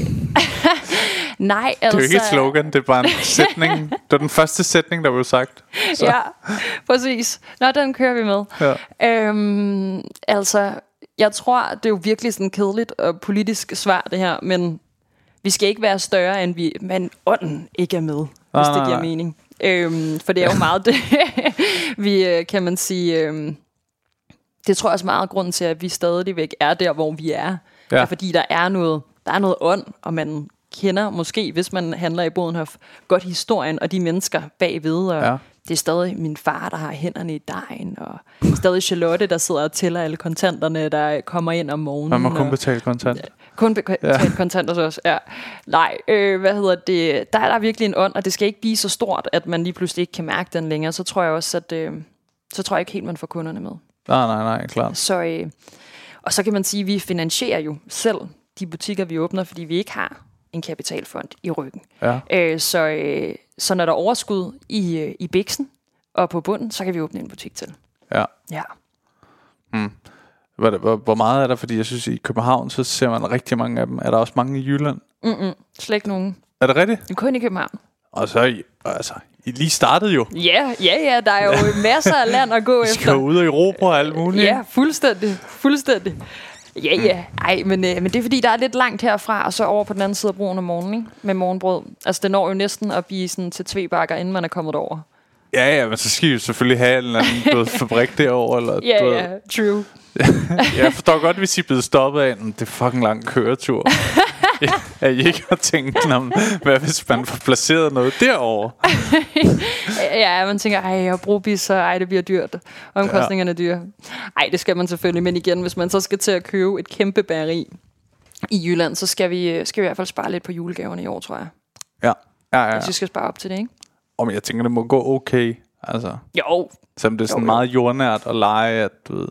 Speaker 6: Nej, altså...
Speaker 1: Det er jo ikke et slogan, det er bare en sætning. Det var den første sætning, der blev sagt.
Speaker 6: Så. Ja, præcis. Nå, den kører vi med. Ja. Øhm, altså, jeg tror, det er jo virkelig sådan kedeligt og politisk svar, det her. Men vi skal ikke være større, end vi... Men ånden ikke er med, hvis ah, det giver nej. mening. Øhm, for det er jo meget det, vi kan man sige, øhm, det tror jeg også meget grunden til, at vi stadigvæk er der, hvor vi er. Ja. Er fordi der er noget, der er noget ånd, og man kender måske, hvis man handler i Bodenhof, godt historien og de mennesker bagved. Og ja. Det er stadig min far, der har hænderne i dejen, og stadig Charlotte, der sidder og tæller alle kontanterne, der kommer ind om morgenen.
Speaker 1: Man må kun
Speaker 6: og,
Speaker 1: betale kontant.
Speaker 6: Kun betale ja. kontanter så også, ja. Nej, øh, hvad hedder det? Der er der virkelig en ånd, og det skal ikke blive så stort, at man lige pludselig ikke kan mærke den længere. Så tror jeg også, at øh, så tror jeg ikke helt, man får kunderne med.
Speaker 1: Nej, nej, nej, klart.
Speaker 6: Så, øh, og så kan man sige, at vi finansierer jo selv de butikker, vi åbner, fordi vi ikke har en kapitalfond i ryggen. Ja. Øh, så, øh, så når der er overskud i, øh, i biksen og på bunden, så kan vi åbne en butik til.
Speaker 1: Ja.
Speaker 6: Ja.
Speaker 1: Hmm. Hvor, hvor, hvor meget er der? Fordi jeg synes, i København, så ser man rigtig mange af dem. Er der også mange i Jylland?
Speaker 6: Mm-mm. Slet ikke nogen.
Speaker 1: Er det rigtigt?
Speaker 6: Kun i København.
Speaker 1: Og så, altså, I lige startede jo.
Speaker 6: Ja, ja, ja. Der er jo masser af land at gå
Speaker 1: I
Speaker 6: efter.
Speaker 1: I skal jo ud og Europa og alt muligt.
Speaker 6: Ja, fuldstændig. Fuldstændig. Ja, ja. Ej, men, øh, men det er fordi, der er lidt langt herfra, og så over på den anden side af broen om morgenen, ikke? Med morgenbrød. Altså, det når jo næsten at blive sådan til tvebakker, inden man er kommet derover.
Speaker 1: Ja, ja, men så skal I jo selvfølgelig have en eller anden fabrik derovre. Eller,
Speaker 6: ja, ja, true.
Speaker 1: Jeg forstår godt, hvis I er blevet stoppet af, det er fucking lang køretur. ja, at I ikke har tænkt om, hvad hvis man får placeret noget derovre?
Speaker 6: Ja, man tænker, ej, jeg har brugbis, så ej, det bliver dyrt. Omkostningerne er dyre. Ej, det skal man selvfølgelig. Men igen, hvis man så skal til at købe et kæmpe bageri i Jylland, så skal vi, skal vi i hvert fald spare lidt på julegaverne i år, tror jeg.
Speaker 1: Ja, ja, ja.
Speaker 6: Hvis vi skal spare op til det, ikke?
Speaker 1: Om jeg tænker, det må gå okay. Altså,
Speaker 6: jo.
Speaker 1: Som det er sådan
Speaker 6: jo, jo.
Speaker 1: meget jordnært at lege, at du ved,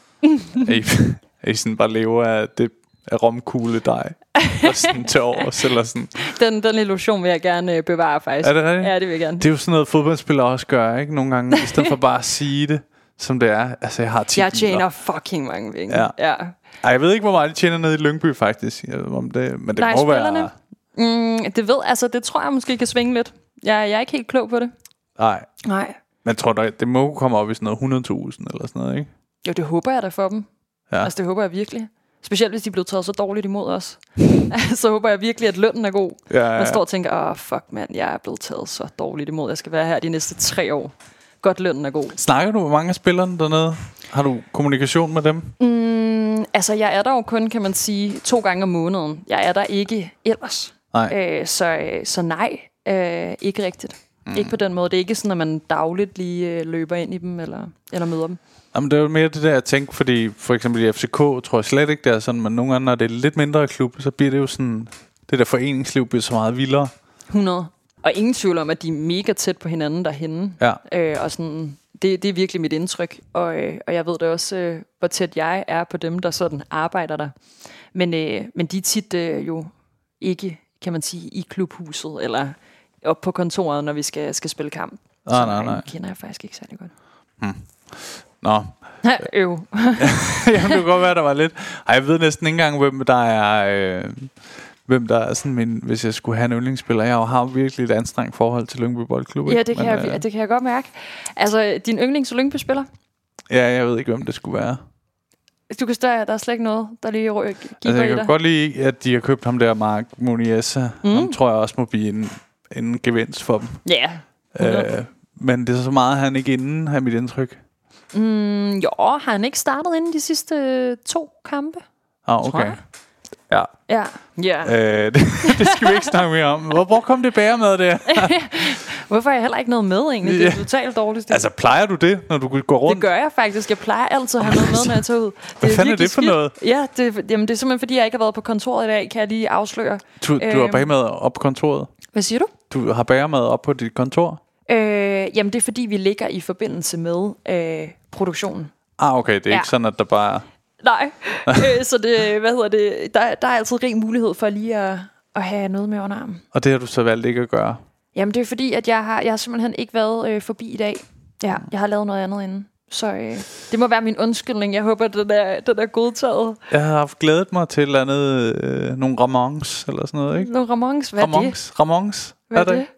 Speaker 1: at, I, at I sådan bare lever af det af romkugledej. Og sådan til års, eller sådan.
Speaker 6: Den, den illusion vil jeg gerne bevare, faktisk.
Speaker 1: Er det rigtigt?
Speaker 6: Ja, det vil jeg gerne.
Speaker 1: Det er jo sådan noget, fodboldspillere også gør, ikke? Nogle gange, i stedet for bare at sige det, som det er. Altså, jeg har ti
Speaker 6: Jeg tjener
Speaker 1: biler.
Speaker 6: fucking mange penge.
Speaker 1: Ja.
Speaker 6: ja.
Speaker 1: Ej, jeg ved ikke, hvor meget de tjener nede i Lyngby, faktisk. Jeg ved, om det, men det
Speaker 6: Nej,
Speaker 1: må
Speaker 6: spillerne?
Speaker 1: være...
Speaker 6: Mm, det ved, altså, det tror jeg måske kan svinge lidt. Jeg, jeg er ikke helt klog på det.
Speaker 1: Nej.
Speaker 6: Nej.
Speaker 1: Men tror du, det må komme op i sådan noget hundrede tusind eller sådan noget, ikke?
Speaker 6: Jo, det håber jeg da for dem.
Speaker 1: Ja.
Speaker 6: Altså, det håber jeg virkelig. Specielt hvis de er blevet taget så dårligt imod os. Så håber jeg virkelig, at lønnen er god.
Speaker 1: Ja, ja, ja.
Speaker 6: Man står og tænker, åh, oh, fuck mand, jeg er blevet taget så dårligt imod. Jeg skal være her de næste tre år. Godt, lønnen er god.
Speaker 1: Snakker du med mange af spillerne dernede? Har du kommunikation med dem?
Speaker 6: Mm, altså, jeg er der jo kun, kan man sige, to gange om måneden. Jeg er der ikke ellers.
Speaker 1: Nej.
Speaker 6: Øh, så, så nej, øh, ikke rigtigt. Mm. Ikke på den måde. Det er ikke sådan, at man dagligt lige øh, løber ind i dem, eller, eller møder dem.
Speaker 1: Jamen, det er jo mere det der, jeg tænker, fordi for eksempel i F C K, tror jeg slet ikke, det er sådan, men nogle gange, når det er lidt mindre klub, så bliver det jo sådan, det der foreningsliv bliver så meget vildere.
Speaker 6: hundrede. Og ingen tvivl om, at de er mega tæt på hinanden derhenne.
Speaker 1: Ja.
Speaker 6: Øh, og sådan, det, det er virkelig mit indtryk. Og, øh, og jeg ved da også, øh, hvor tæt jeg er på dem, der sådan arbejder der. Men, øh, men de er tit øh, jo ikke, kan man sige, i klubhuset, eller op på kontoret, når vi skal, skal spille kamp.
Speaker 1: Nej,
Speaker 6: så
Speaker 1: nej, nej.
Speaker 6: Det kender jeg faktisk ikke særlig godt.
Speaker 1: Hmm. Nå.
Speaker 6: Øv.
Speaker 1: Jamen, det kunne godt være, der var lidt. Ej, jeg ved næsten ikke engang, hvem der er... Øh, hvem der er sådan min... Hvis jeg skulle have en yndlingsspiller. Jeg har virkelig et anstrengt forhold til Lyngby Boldklub.
Speaker 6: Ja, det kan,
Speaker 1: men,
Speaker 6: jeg,
Speaker 1: øh,
Speaker 6: det kan jeg godt mærke. Altså, din yndlings- og Lyngby-spiller?
Speaker 1: Ja, jeg ved ikke, hvem det skulle være.
Speaker 6: Du kan støre, der er slet ikke noget, der lige giver
Speaker 1: Altså, jeg kan
Speaker 6: dig.
Speaker 1: godt lide, at de har købt ham der, Mark Muniesa.
Speaker 6: Mm.
Speaker 1: Han tror jeg også må blive en, en gevinst for dem.
Speaker 6: Ja.
Speaker 1: Øh, men det er så meget, han ikke inden, har mit indtryk.
Speaker 6: Mm, jo, har han ikke startet inden de sidste øh, to kampe?
Speaker 1: Ah, okay. Ja.
Speaker 6: Ja. ja.
Speaker 1: Øh, det, det skal vi ikke snakke mere om. Hvor, hvor kom det bære med det?
Speaker 6: Hvorfor er jeg heller ikke noget med, egentlig? Det er totalt dårligt.
Speaker 1: Altså, plejer du det, når du går rundt?
Speaker 6: Det gør jeg faktisk. Jeg plejer altid at have noget med, når jeg tager ud. Det
Speaker 1: Hvad
Speaker 6: er
Speaker 1: fanden er det for
Speaker 6: skidt.
Speaker 1: noget?
Speaker 6: Ja, det, jamen, det er simpelthen, fordi jeg ikke har været på kontoret i dag, kan jeg lige afsløre.
Speaker 1: Du, du har bagmad op på kontoret?
Speaker 6: Hvad siger du?
Speaker 1: Du har bagmad op på dit kontor?
Speaker 6: Øh, jamen, det er fordi, vi ligger i forbindelse med øh, produktionen.
Speaker 1: Ah, okay. Det er
Speaker 6: Ja.
Speaker 1: ikke sådan, at der bare...
Speaker 6: Nej, øh, så det, hvad hedder det, der, der er altid rig mulighed for lige at, at have noget med under armen.
Speaker 1: Og det har du så valgt ikke at gøre?
Speaker 6: Jamen, det er fordi, at jeg har, jeg har simpelthen ikke været øh, forbi i dag. Ja, jeg har lavet noget andet inden. Så øh, det må være min undskyldning. Jeg håber, at den er, den er godtaget.
Speaker 1: Jeg har haft glædet mig til et eller andet... Øh, nogle ramons eller sådan noget, ikke?
Speaker 6: Nogle ramons, hvad
Speaker 1: ramons.
Speaker 6: er det?
Speaker 1: Ramons.
Speaker 6: Hvad er det?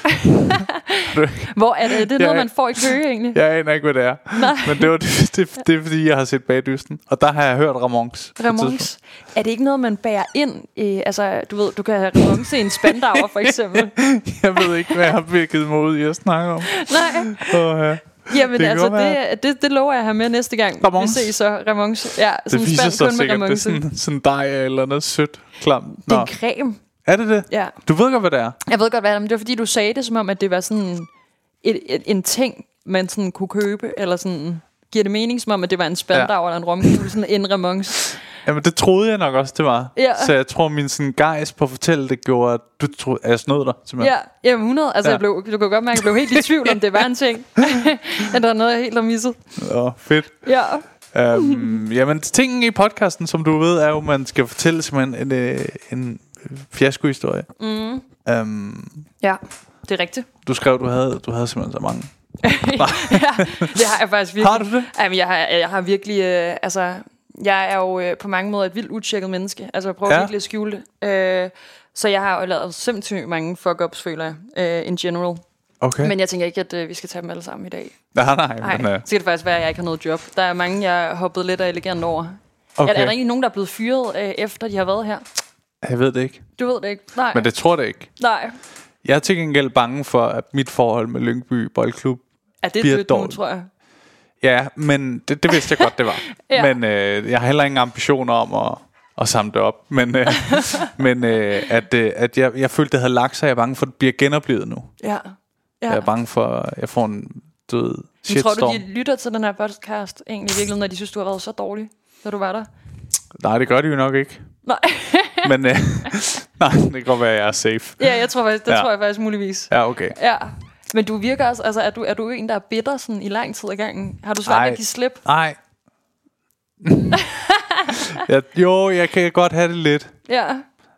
Speaker 6: Hvor er det? Det er noget, man får i Køge, egentlig.
Speaker 1: Jeg aner ikke, hvad det er.
Speaker 6: Nej.
Speaker 1: Men det, var, det, det, det er, fordi jeg har set Bagdysten. Og der har jeg hørt ramons.
Speaker 6: Ramons. Er det ikke noget, man bærer ind? I, altså, du ved, du kan have ramons i en spandauer, for eksempel.
Speaker 1: Jeg ved ikke, hvad jeg har virkelig mod i at snakke om.
Speaker 6: Nej.
Speaker 1: Og, ja.
Speaker 6: Jamen
Speaker 1: det
Speaker 6: altså, det, det, det lover jeg at have med næste gang.
Speaker 1: Ramons.
Speaker 6: Vi ses så, Ramons. Ja,
Speaker 1: Det viser sig sikkert, det er sådan, sådan dej eller noget sødt klamt.
Speaker 6: Det er en creme.
Speaker 1: Er det det?
Speaker 6: Ja.
Speaker 1: Du ved godt, hvad det er?
Speaker 6: Jeg ved godt, hvad det er, men det var fordi, du sagde det, som om, at det var sådan et, et, en ting, man sådan kunne købe, eller sådan... Giver det mening, som om, at det var en spandauer ja. eller en romkugle, sådan en Ramons?
Speaker 1: Jamen, det troede jeg nok også, det var.
Speaker 6: Ja.
Speaker 1: Så jeg tror, min sådan gejst på at fortælle det gjorde, at du troede, at jeg snød dig, simpelthen.
Speaker 6: Ja, jamen hundrede. Altså,
Speaker 1: Ja.
Speaker 6: jeg blev, du kan godt mærke, at jeg blev helt i tvivl, om det var en ting. At der er noget, jeg helt har misset.
Speaker 1: Åh, fedt.
Speaker 6: Ja.
Speaker 1: Um, jamen, tingen i podcasten, som du ved, er jo, at man skal fortælle simpelthen en, en, en fiaskohistorie.
Speaker 6: Mm.
Speaker 1: Um,
Speaker 6: Ja, det er rigtigt.
Speaker 1: du skrev, du havde, du havde simpelthen så mange.
Speaker 6: Ja, det har jeg faktisk virkelig.
Speaker 1: Har du det?
Speaker 6: Jamen, jeg har, jeg har virkelig, øh, altså, jeg er jo øh, på mange måder et vildt utjekket menneske. Altså, jeg prøver
Speaker 1: Ja.
Speaker 6: virkelig at skjule det. Øh, så jeg har jo lavet sindssygt mange fuck-ups, føler jeg, øh, in general.
Speaker 1: Okay.
Speaker 6: Men jeg tænker ikke, at øh, vi skal tage dem alle sammen i dag.
Speaker 1: Nej, nej.
Speaker 6: Nej,
Speaker 1: Men, uh,
Speaker 6: så kan det faktisk være, at jeg ikke har noget job. Der er mange, jeg har hoppet lidt af elegant over.
Speaker 1: okay.
Speaker 6: Er, er der egentlig nogen, der er blevet fyret, øh, efter de har været her?
Speaker 1: Jeg ved det ikke.
Speaker 6: Du ved det ikke? Nej.
Speaker 1: Men det tror jeg ikke.
Speaker 6: Nej.
Speaker 1: Jeg er til gengæld bange for, at mit forhold med Lyngby Boldklub
Speaker 6: Er det
Speaker 1: bliver
Speaker 6: dødt nu,
Speaker 1: dårligt.
Speaker 6: tror jeg?
Speaker 1: Ja, men det, det vidste jeg godt, det var.
Speaker 6: Ja.
Speaker 1: Men øh, jeg har heller ingen ambitioner om at, og samle det op. Men, øh, men øh, at, øh, at jeg, jeg følte, det havde lagt sig. Jeg er bange for, at det bliver genoplevet nu.
Speaker 6: Ja. Ja.
Speaker 1: Jeg er bange for, at jeg får en død shitstorm.
Speaker 6: Tror du, de lytter til den her podcast egentlig virkelig, når de synes, du har været så dårlig, da du var der?
Speaker 1: Nej, det gør de jo nok ikke.
Speaker 6: Nej.
Speaker 1: Men øh, nej, det kan godt være, at jeg er safe.
Speaker 6: Ja, jeg tror faktisk, det
Speaker 1: ja.
Speaker 6: tror jeg faktisk muligvis.
Speaker 1: Ja, okay.
Speaker 6: Ja. Men du virker også, altså er du, er du en, der er bitter sådan i lang tid ad gangen? Har du svært ved at give slip?
Speaker 1: Nej. ja, jo, jeg kan godt have det lidt.
Speaker 6: Ja.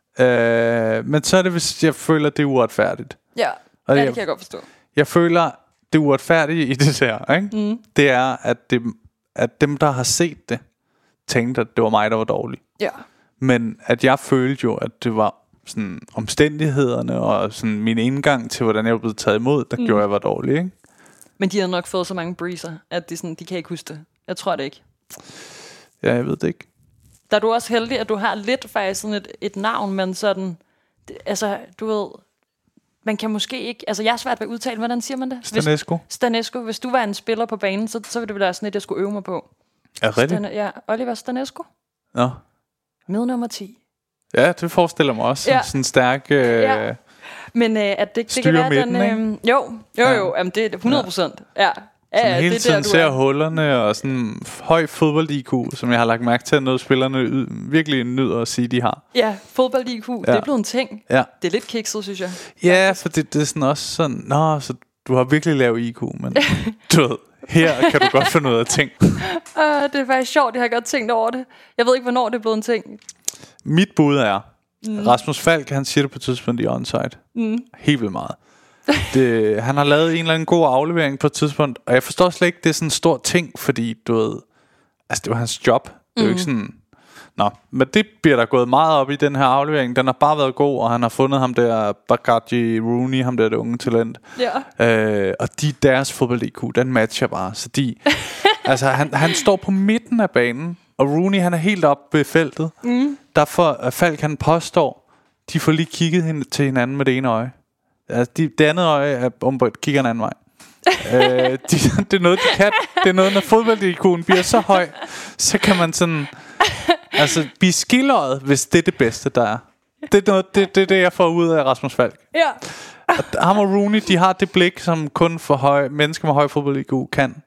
Speaker 1: Øh, men så er det, hvis jeg føler, det er uretfærdigt.
Speaker 6: Ja,
Speaker 1: og
Speaker 6: ja
Speaker 1: det,
Speaker 6: det kan jeg godt forstå.
Speaker 1: Jeg føler, det uretfærdige i det her, ikke? Mm. Det er, at, det, at dem, der har set det, tænkte, at det var mig, der var dårlig.
Speaker 6: Ja.
Speaker 1: Men at jeg følte jo, at det var sådan omstændighederne og sådan min indgang til, hvordan jeg var blevet taget imod, der mm. gjorde, at jeg var dårlig, ikke?
Speaker 6: Men de har nok fået så mange breezer, at de, sådan, de kan ikke huske det. Jeg tror det ikke.
Speaker 1: Ja, jeg ved det ikke.
Speaker 6: Der er du også heldig, at du har lidt faktisk sådan et, et navn, men sådan, det, altså, du ved, man kan måske ikke, altså jeg er svært ved at udtale, hvordan siger man det?
Speaker 1: Stanesco.
Speaker 6: Hvis, Stanesco, hvis du var en spiller på banen, så, så ville det være sådan et, jeg skulle øve mig på.
Speaker 1: Ja, rigtigt?
Speaker 6: Stan, ja, Oliver Stanesco.
Speaker 1: Nå.
Speaker 6: Med nummer ti.
Speaker 1: Ja, det forestiller mig også. Ja. Sådan en stærk... Øh,
Speaker 6: ja. Men øh, at det, det kan være
Speaker 1: midten,
Speaker 6: den... Øh, jo, jo, jo, ja. Jamen, det er hundrede procent. Ja. Ja,
Speaker 1: ja, hele
Speaker 6: det
Speaker 1: tiden
Speaker 6: der,
Speaker 1: ser
Speaker 6: er.
Speaker 1: hullerne og sådan høj fodbold-I Q, som jeg har lagt mærke til, at noget spillerne y- virkelig nyder at sige, de har.
Speaker 6: Ja, fodbold-I Q, ja. Det er blevet en ting.
Speaker 1: Ja.
Speaker 6: Det er lidt kikset, synes jeg.
Speaker 1: Ja, for det, det er sådan også sådan, nå, så du har virkelig lavet I Q, men du ved, her kan du godt finde ud af ting.
Speaker 6: uh, det er faktisk sjovt, jeg har godt tænkt over det. Jeg ved ikke, hvornår det er blevet en ting.
Speaker 1: Mit bud er, mm. Rasmus Falk, han siger det på et tidspunkt i onside. Mm. Helt vildt meget. Det, han har lavet en eller anden god aflevering på et tidspunkt, og jeg forstår slet ikke, det er sådan en stor ting, fordi du ved, altså det var hans job. Det er mm. jo ikke sådan, nå, men det bliver der gået meget op i den her aflevering. Den har bare været god, og han har fundet ham der, Bakaji Rooney, ham der det unge talent.
Speaker 6: Ja.
Speaker 1: Øh, og de deres fodbold-I Q, den matcher bare. Så de, altså han, han står på midten af banen, og Rooney han er helt oppe ved feltet. Mm. Derfor Falk han påstår, de får lige kigget hen til hinanden med det ene øje. Altså, de, det andet øje er ombrydt, kigger en anden vej. øh, de, det er noget, de kan. Det er noget, når fodbold-I Q'en bliver så høj, så kan man sådan... Altså, blive skilleret, hvis det er det bedste, der er. Det er noget, det, det, det, jeg får ud af Rasmus Falk.
Speaker 6: Ja.
Speaker 1: Og ham og Rooney, de har det blik, som kun for høj, mennesker med høj fodbold-I Q kan.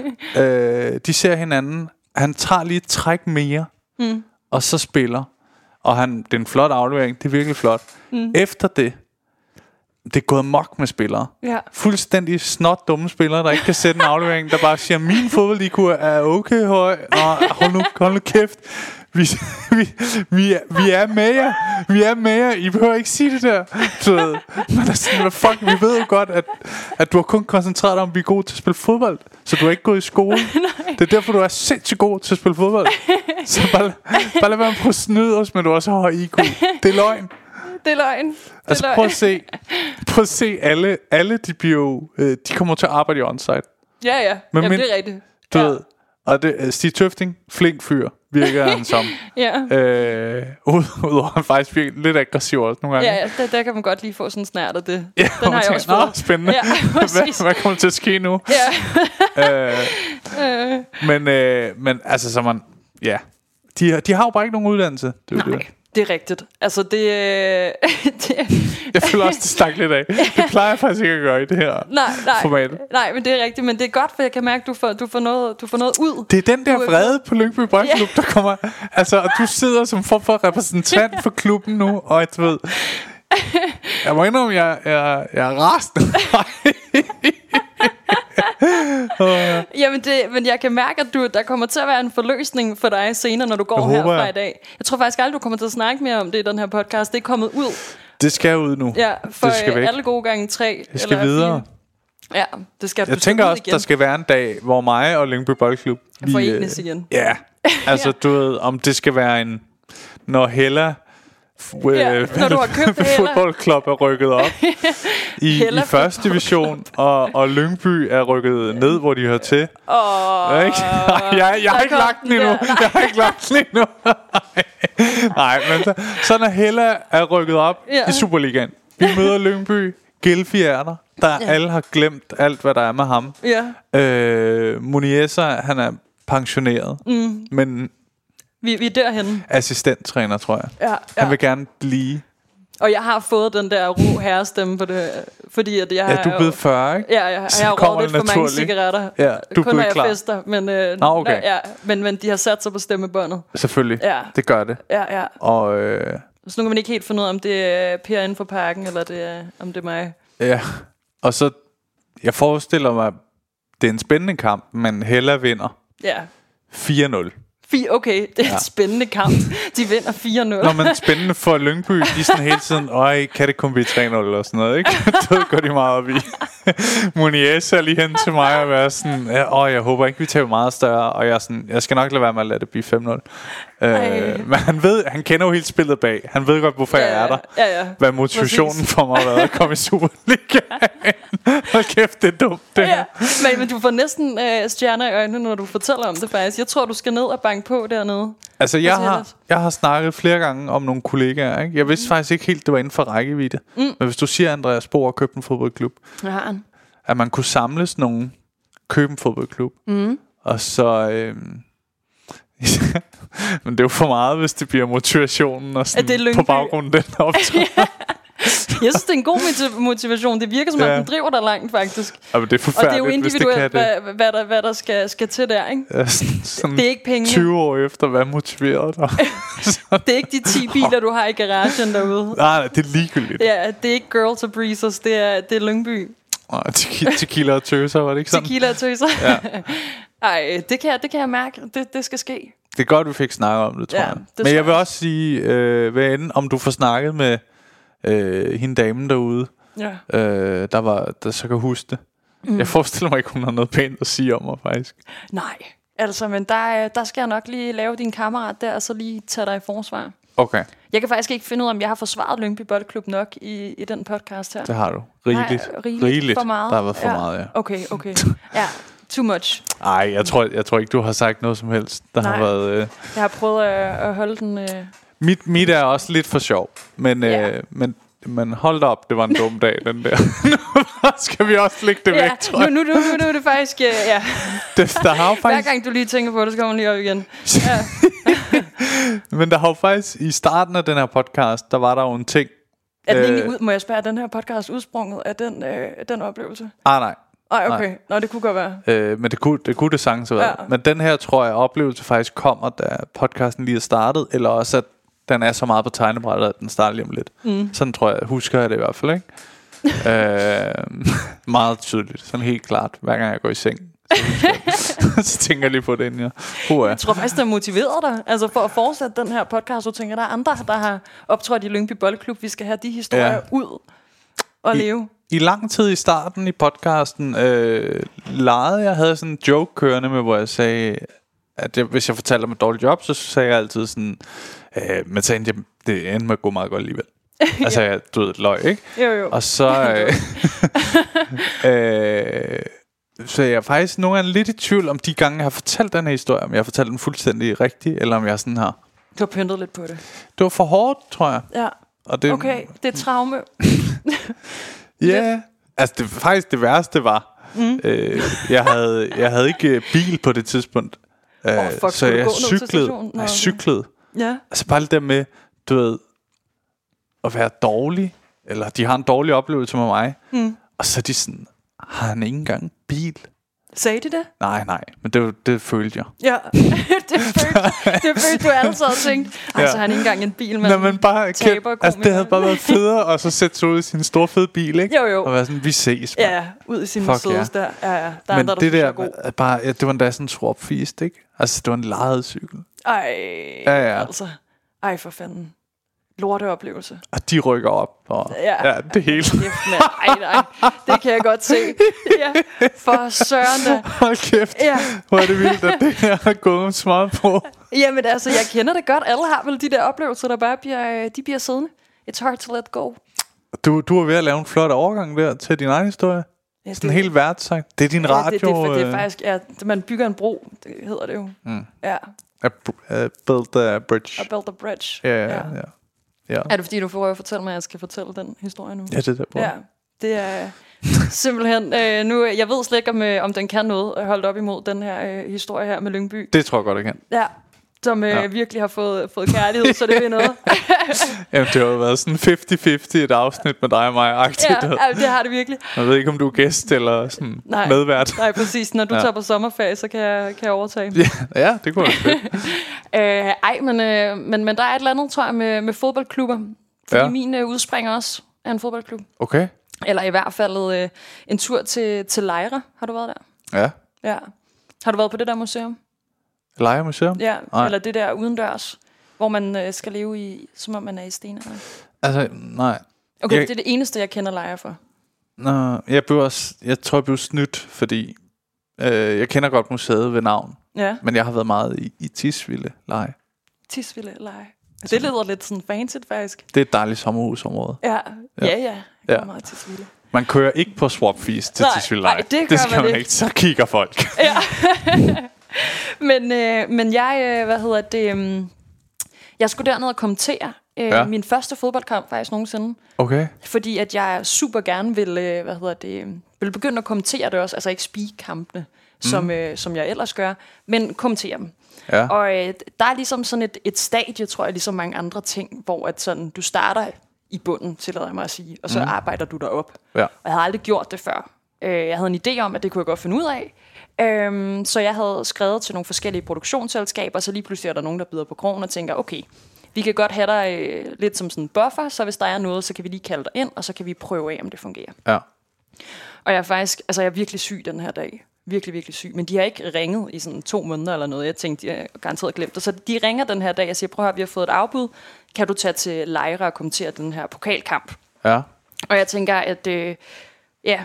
Speaker 1: øh, de ser hinanden. Han tager lige et træk mere, mm. og så spiller. Og han, det er en flot aflevering. Det er virkelig flot. Mm. Efter det, det er gået mok med spillere. Ja. Fuldstændig snot dumme spillere, der ikke kan sætte en aflevering, der bare siger, min fodbold-I Q er okay høj, og hold nu, hold nu kæft. Vi, vi, vi, er, vi er med jer. Vi er med jer. I behøver ikke sige det der. Så, men er sådan, fuck, vi ved jo godt, at, at du har kun koncentreret dig om, at vi er gode til at spille fodbold. Så du har ikke gået i skole. Det er derfor, du er sindssygt god til at spille fodbold. Så bare, bare lad være med at prøve at snyde os, men du også har høj I Q. Det er løgn.
Speaker 6: Det er løgn. Det er
Speaker 1: altså
Speaker 6: løgn.
Speaker 1: prøv at se. Prøv at se alle, alle de bliver øh, de kommer til at arbejde i onsite.
Speaker 6: Ja, ja. Men Jamen, det er rigtigt.
Speaker 1: Du
Speaker 6: ja.
Speaker 1: ved, og det, Stig Tøfting, flink fyr, virker han som.
Speaker 6: Ja.
Speaker 1: Øh, Udover han faktisk virker lidt aggressiv også nogle gange.
Speaker 6: Ja, ja der, der kan man godt lige få sådan en snært af det.
Speaker 1: Ja,
Speaker 6: den har jeg
Speaker 1: tænker,
Speaker 6: også fået.
Speaker 1: Spændende.
Speaker 6: Ja,
Speaker 1: hvad, hvad kommer til at ske nu?
Speaker 6: Ja.
Speaker 1: øh, men, øh, men altså, så man, ja, de, de har jo bare ikke nogen uddannelse. Det er
Speaker 6: Nej.
Speaker 1: det.
Speaker 6: Det er rigtigt. Altså, det... det
Speaker 1: jeg føler også, det stak lidt af. Det plejer jeg faktisk ikke at gøre i det her
Speaker 6: nej, nej,
Speaker 1: format.
Speaker 6: Nej, men det er rigtigt. Men det er godt, for jeg kan mærke, at du får, du får, noget, du får noget ud.
Speaker 1: Det er den der vrede på Lyngby Boldklub, yeah. der kommer... Altså, og du sidder som form for repræsentant for klubben nu, og du ved... Jeg må indrømme, jeg, jeg, jeg er rasende.
Speaker 6: Jamen det, men jeg kan mærke, at du, der kommer til at være en forløsning for dig senere, når du går herfra jeg. i dag. Jeg tror faktisk aldrig, du kommer til at snakke mere om det i den her podcast. Det er kommet ud.
Speaker 1: Det skal ud nu.
Speaker 6: Ja, for
Speaker 1: det skal væk.
Speaker 6: Alle gode gange tre.
Speaker 1: Det skal eller videre.
Speaker 6: Fire. Ja, det skal
Speaker 1: jeg
Speaker 6: du
Speaker 1: tænker også,
Speaker 6: igen.
Speaker 1: der skal være en dag, hvor mig og Lyngby Boldklub
Speaker 6: forenes igen.
Speaker 1: Ja, altså ja. Du ved, om det skal være en... Når Hella...
Speaker 6: Ja, når du har købt
Speaker 1: fodboldklub er rykket op i, i første division, og, og Lyngby er rykket ned, hvor de hører til.
Speaker 6: Oh,
Speaker 1: ikke? Jeg, jeg, jeg har ikke lagt den endnu. Jeg har ikke lagt den endnu. Nej, men så, så når Hella er rykket op ja. i Superligaen, vi møder Lyngby, Gylfi er der, der ja. alle har glemt alt, hvad der er med ham.
Speaker 6: Ja.
Speaker 1: Øh, Muniesa, han er pensioneret, mm. men
Speaker 6: Vi, vi er derhenne.
Speaker 1: Assistenttræner, tror jeg.
Speaker 6: Ja, ja.
Speaker 1: Han vil gerne blive.
Speaker 6: Og jeg har fået den der ro herrestemme på det, fordi at jeg
Speaker 1: Ja, du er blevet fyrre, ikke?
Speaker 6: Ja, jeg, jeg,
Speaker 1: Så
Speaker 6: jeg har
Speaker 1: kommer
Speaker 6: røget lidt
Speaker 1: det
Speaker 6: for mange
Speaker 1: naturligt.
Speaker 6: cigaretter.
Speaker 1: Ja, du er
Speaker 6: kun når
Speaker 1: blevet
Speaker 6: jeg
Speaker 1: klar.
Speaker 6: fester, men, øh,
Speaker 1: Nå, okay.
Speaker 6: ja, men, men de har sat sig på stemmebåndet.
Speaker 1: Selvfølgelig,
Speaker 6: Ja.
Speaker 1: det gør det.
Speaker 6: Ja, ja.
Speaker 1: Og øh,
Speaker 6: Så nu kan man ikke helt finde ud af, om det er Per inden for parken, eller det er, om det er mig.
Speaker 1: ja, og så, jeg forestiller mig, det er en spændende kamp, men Hella vinder
Speaker 6: Ja.
Speaker 1: fire nul.
Speaker 6: Fire, okay, det er
Speaker 1: Ja.
Speaker 6: en spændende kamp. De vinder fire nul.
Speaker 1: Nå, men spændende for Lyngby. De er sådan hele tiden, øj, kan det kun blive tre nul eller sådan noget, ikke? Det går de meget op i. Muniesa er lige hen til mig og være sådan, ja, åh, jeg håber ikke, vi tager meget større. Og jeg er sådan, jeg skal nok lade være med at lade det blive fem nul. Øh, men han ved, han kender jo helt spillet bag. Han ved godt, hvorfor
Speaker 6: Ja,
Speaker 1: jeg er der.
Speaker 6: ja, ja.
Speaker 1: Hvad motivationen
Speaker 6: Præcis.
Speaker 1: for mig har været at komme i Superligaen. Hold kæft, det er dumt, det
Speaker 6: Ja,
Speaker 1: her.
Speaker 6: men, men du får næsten øh, stjerner i øjnene, når du fortæller om det faktisk. Jeg tror, du skal ned og banke på dernede.
Speaker 1: Altså, jeg
Speaker 6: siger
Speaker 1: har,
Speaker 6: lidt.
Speaker 1: jeg har snakket flere gange om nogle kollegaer, ikke? Jeg vidste mm. faktisk ikke helt, det var inden for rækkevidde. Mm. Men hvis du siger, Andreas Bo har købt en fodboldklub,
Speaker 6: Jeg har han.
Speaker 1: at man kunne samles nogen, købe en fodboldklub, mm. og så... Øhm, men det er jo for meget, hvis det bliver motivationen og sådan,
Speaker 6: Er det Lyngby?
Speaker 1: på baggrund af den optræden.
Speaker 6: Jeg synes, det er en god motiv- motivation. Det virker som om,
Speaker 1: Ja.
Speaker 6: den driver dig langt, faktisk.
Speaker 1: Altså, det er
Speaker 6: Og det er jo
Speaker 1: forfærdeligt, hvis det
Speaker 6: individuelt,
Speaker 1: kan det.
Speaker 6: hvad, hvad, der, hvad der skal, skal til der, ikke?
Speaker 1: Ja, sådan, sådan
Speaker 6: Det er ikke penge.
Speaker 1: tyve år efter, hvad motiveret dig?
Speaker 6: Det er ikke de ti biler, du har i garagen derude.
Speaker 1: Nej, nej, det er ligegyldigt.
Speaker 6: Ja, det er ikke Girls og Breezers, det er, det er Lyngby.
Speaker 1: Nej, tequila, tequila og tøser, var det ikke sådan?
Speaker 6: Tequila og tøser.
Speaker 1: Ja.
Speaker 6: Ej, det kan, jeg, det kan jeg mærke. Det, det skal ske.
Speaker 1: Det er godt, vi fik snakket om det, tror
Speaker 6: Ja,
Speaker 1: jeg.
Speaker 6: det
Speaker 1: Men
Speaker 6: tror
Speaker 1: jeg vil
Speaker 6: jeg.
Speaker 1: også sige, øh, hvad end, om du får snakket med øh, hende damen derude,
Speaker 6: Ja.
Speaker 1: øh, der var, der så kan huske det. Mm. Jeg forestiller mig ikke, hun har noget pænt at sige om mig, faktisk.
Speaker 6: Nej, altså, men der, der skal jeg nok lige lave din kammerat der, og så lige tage dig i forsvar.
Speaker 1: Okay,
Speaker 6: Jeg kan faktisk ikke finde ud af, om jeg har forsvaret Lyngby Boldklub nok i, i den podcast her.
Speaker 1: det har du. Rigeligt.
Speaker 6: Nej, rigeligt.
Speaker 1: Rigeligt.
Speaker 6: For meget.
Speaker 1: Der har været for
Speaker 6: ja.
Speaker 1: meget, ja.
Speaker 6: Okay, okay. Ja, too much.
Speaker 1: Ej, jeg tror, jeg tror ikke, du har sagt noget som helst. Der
Speaker 6: Nej.
Speaker 1: har været... Øh,
Speaker 6: Jeg har prøvet at, at holde den... Øh...
Speaker 1: mit, mit er også lidt for sjov, men...
Speaker 6: Ja.
Speaker 1: Øh, men men hold da op, det var en dum dag, den der. Nu skal vi også lægge det væk,
Speaker 6: Ja,
Speaker 1: tror
Speaker 6: nu,
Speaker 1: jeg.
Speaker 6: nu, nu, nu er det faktisk... øh, Ja.
Speaker 1: Det, der har jo
Speaker 6: Hver
Speaker 1: faktisk...
Speaker 6: gang du lige tænker på det, så kommer man lige op igen. Ja.
Speaker 1: Men der har jo faktisk... I starten af den her podcast, der var der jo en ting...
Speaker 6: Er den
Speaker 1: øh,
Speaker 6: egentlig ud, må jeg spørge, er den her podcast udsprunget af den, øh, den oplevelse?
Speaker 1: Ah, nej.
Speaker 6: Ej, okay.
Speaker 1: Nej.
Speaker 6: Nå, det kunne godt være.
Speaker 1: Øh, men det kunne det, kunne det sagtens have været.
Speaker 6: Ja.
Speaker 1: Men den her, tror jeg, oplevelse faktisk kommer, da podcasten lige er startet, eller også, at den er så meget på tegnebrættet, at den starter lige om lidt. Mm. Sådan tror jeg, husker jeg det i hvert fald, ikke? øh, meget tydeligt, sådan helt klart, hver gang jeg går i seng. Så, husker jeg det. Så tænker jeg lige på det, inden jeg... Uh,
Speaker 6: Jeg tror faktisk, det har motiveret dig, altså for at fortsætte den her podcast. Du tænker, der er andre, der har optrådt i Lyngby Boldklub. Vi skal have de historier
Speaker 1: Ja.
Speaker 6: ud og
Speaker 1: I-
Speaker 6: leve.
Speaker 1: I lang tid i starten i podcasten øh, legede jeg, havde sådan en joke kørende med, hvor jeg sagde, at jeg, hvis jeg fortalte om et dårligt job, så sagde jeg altid sådan, øh, men så endte jeg, det endte med at gå meget godt alligevel. Altså, jeg, du ved, løg, ikke?
Speaker 6: Jo, jo.
Speaker 1: Og så... Øh, øh, så jeg er faktisk nogle gange lidt i tvivl om de gange, jeg har fortalt den her historie, om jeg har fortalt den fuldstændig rigtigt, eller om jeg sådan har...
Speaker 6: Du har pyntet lidt på det.
Speaker 1: Det var for hårdt, tror jeg.
Speaker 6: Ja,
Speaker 1: Og det,
Speaker 6: okay. Det er traume.
Speaker 1: Ja, yeah. Altså det, faktisk det værste var, mm. øh, jeg, havde, jeg havde ikke øh, bil på det tidspunkt, øh,
Speaker 6: Åh, fuck,
Speaker 1: så
Speaker 6: skulle du
Speaker 1: jeg
Speaker 6: gå ned til
Speaker 1: cyklede,
Speaker 6: stationen? Nå,
Speaker 1: jeg
Speaker 6: okay.
Speaker 1: cyklede.
Speaker 6: Ja.
Speaker 1: Altså bare det der med, du ved, at være dårlig, eller de har en dårlig oplevelse med mig, mm. og så er de sådan, har han ikke engang bil?
Speaker 6: Sagde de det?
Speaker 1: Nej, nej, men det, det følte jeg.
Speaker 6: Ja, det følte, det følte du altid havde tænkt. Ej,
Speaker 1: Ja.
Speaker 6: så har han ikke engang en bil, men
Speaker 1: Nå, men bare,
Speaker 6: taber
Speaker 1: altså det havde bare været federe, og så sætte sig ud i sin store fede bil, ikke?
Speaker 6: Jo, jo.
Speaker 1: Og være sådan, vi ses, man.
Speaker 6: Ja, ud i sin
Speaker 1: Fuck
Speaker 6: Mercedes
Speaker 1: ja.
Speaker 6: der. Ja, ja. Der er
Speaker 1: Men
Speaker 6: andre, der
Speaker 1: det
Speaker 6: synes, jeg
Speaker 1: der,
Speaker 6: er god.
Speaker 1: er bare, ja, det var endda sådan en swap-feast, ikke? Altså, det var en lejet cykel.
Speaker 6: Ej,
Speaker 1: Ja, ja.
Speaker 6: altså. Ej, for fanden. Lorteoplevelse.
Speaker 1: Og de rykker op, og
Speaker 6: Ja.
Speaker 1: ja, det hele.
Speaker 6: Kæft, mand. Ej, nej. Det kan jeg godt se. Ja, for søren da.
Speaker 1: Hold kæft,
Speaker 6: Ja.
Speaker 1: hvor er det vildt, at det her har gået så meget på.
Speaker 6: Jamen altså, jeg kender det godt. Alle har vel de der oplevelser, der bare bliver, de bliver siddende. It's hard to let go.
Speaker 1: Du, du er ved at lave en flot overgang der til din egen historie.
Speaker 6: Ja,
Speaker 1: Sådan helt værdsagt. Det er din radio.
Speaker 6: Ja, det, det, det, det er
Speaker 1: øh,
Speaker 6: faktisk, ja, man bygger en bro, det hedder det jo. Mm. Ja,
Speaker 1: a br- uh, build a bridge.
Speaker 6: I built a bridge.
Speaker 1: Ja, ja, ja. ja.
Speaker 6: Er det fordi, du får at fortælle mig, at jeg skal fortælle den historie nu?
Speaker 1: Ja, det er der.
Speaker 6: Ja, det er simpelthen... Øh, nu, jeg ved slet ikke, om, øh, om den kan noget at holde op imod den her øh, historie her med Lyngby.
Speaker 1: Det tror jeg godt, jeg kan.
Speaker 6: Ja, som øh, ja. virkelig har fået, fået kærlighed, så det er noget.
Speaker 1: Jamen, det har jo været sådan halvtreds halvtreds et afsnit med dig og mig.
Speaker 6: Ja, ja, det har det virkelig.
Speaker 1: Jeg ved ikke, om du er gæst eller sådan
Speaker 6: nej,
Speaker 1: medvært.
Speaker 6: Nej, præcis. Når du ja. tager på sommerferie, så kan jeg, kan jeg overtage.
Speaker 1: Ja, ja, det kunne være fedt.
Speaker 6: øh, ej, men, øh, men, men der er et eller andet, tror jeg, med, med fodboldklubber. Fordi ja. min øh, udspringer også af en fodboldklub.
Speaker 1: Okay.
Speaker 6: Eller i hvert fald øh, en tur til, til Lejre. Har du været der?
Speaker 1: Ja.
Speaker 6: Ja. Har du været på det der museum?
Speaker 1: Lejre Museum?
Speaker 6: Ja,
Speaker 1: nej.
Speaker 6: Eller det der udendørs, hvor man øh, skal leve i, som om man er i stenalderen.
Speaker 1: Altså, nej.
Speaker 6: Okay,
Speaker 1: jeg,
Speaker 6: det er det eneste, jeg kender Lejre for.
Speaker 1: Nå, jeg, blev også, jeg tror, jeg blev snydt, fordi øh, jeg kender godt museet ved navn.
Speaker 6: Ja.
Speaker 1: Men jeg har været meget i, i Tisvilde Lejre.
Speaker 6: Tisvilde Lejre. Det lyder lidt sådan fancy, faktisk.
Speaker 1: Det er et dejligt sommerhusområde.
Speaker 6: Ja, ja, ja. Jeg
Speaker 1: ja.
Speaker 6: går meget Tisvilde.
Speaker 1: Man kører ikke på Swapfeast til Tisvilde Lejre.
Speaker 6: Nej, det,
Speaker 1: det skal man
Speaker 6: ikke.
Speaker 1: ikke. Så kigger folk.
Speaker 6: Ja. men, øh, men jeg, øh, hvad hedder det, øh, jeg skulle derned og kommentere øh, ja. min første fodboldkamp faktisk nogensinde.
Speaker 1: Okay.
Speaker 6: Fordi at jeg super gerne vil, øh, hvad hedder det, vil begynde at kommentere det også, altså ikke speak-kampene, mm. som, øh, som jeg ellers gør, men kommentere dem.
Speaker 1: Ja.
Speaker 6: Og øh, der er ligesom sådan et, et stadie, tror jeg, ligesom mange andre ting, hvor at sådan, du starter i bunden, tillader jeg mig at sige, og så mm. arbejder du derop.
Speaker 1: Ja.
Speaker 6: Og jeg havde aldrig gjort det før. Øh, jeg havde en idé om, at det kunne jeg godt finde ud af. Øhm, så jeg havde skrevet til nogle forskellige produktionsselskaber, så lige pludselig er der nogen, der bider på krogen og tænker, okay, vi kan godt have dig øh, lidt som sådan en buffer, så hvis der er noget, så kan vi lige kalde dig ind, og så kan vi prøve af, om det fungerer.
Speaker 1: Ja.
Speaker 6: Og jeg er faktisk, altså jeg er virkelig syg den her dag. Virkelig, virkelig syg. Men de har ikke ringet i sådan to måneder eller noget. Jeg tænkte, de har garanteret glemt det. Så de ringer den her dag og siger, prøv at høre, vi har fået et afbud. Kan du tage til Lejre og kommentere den her pokalkamp?
Speaker 1: Ja.
Speaker 6: Og jeg tænker, at øh, ja,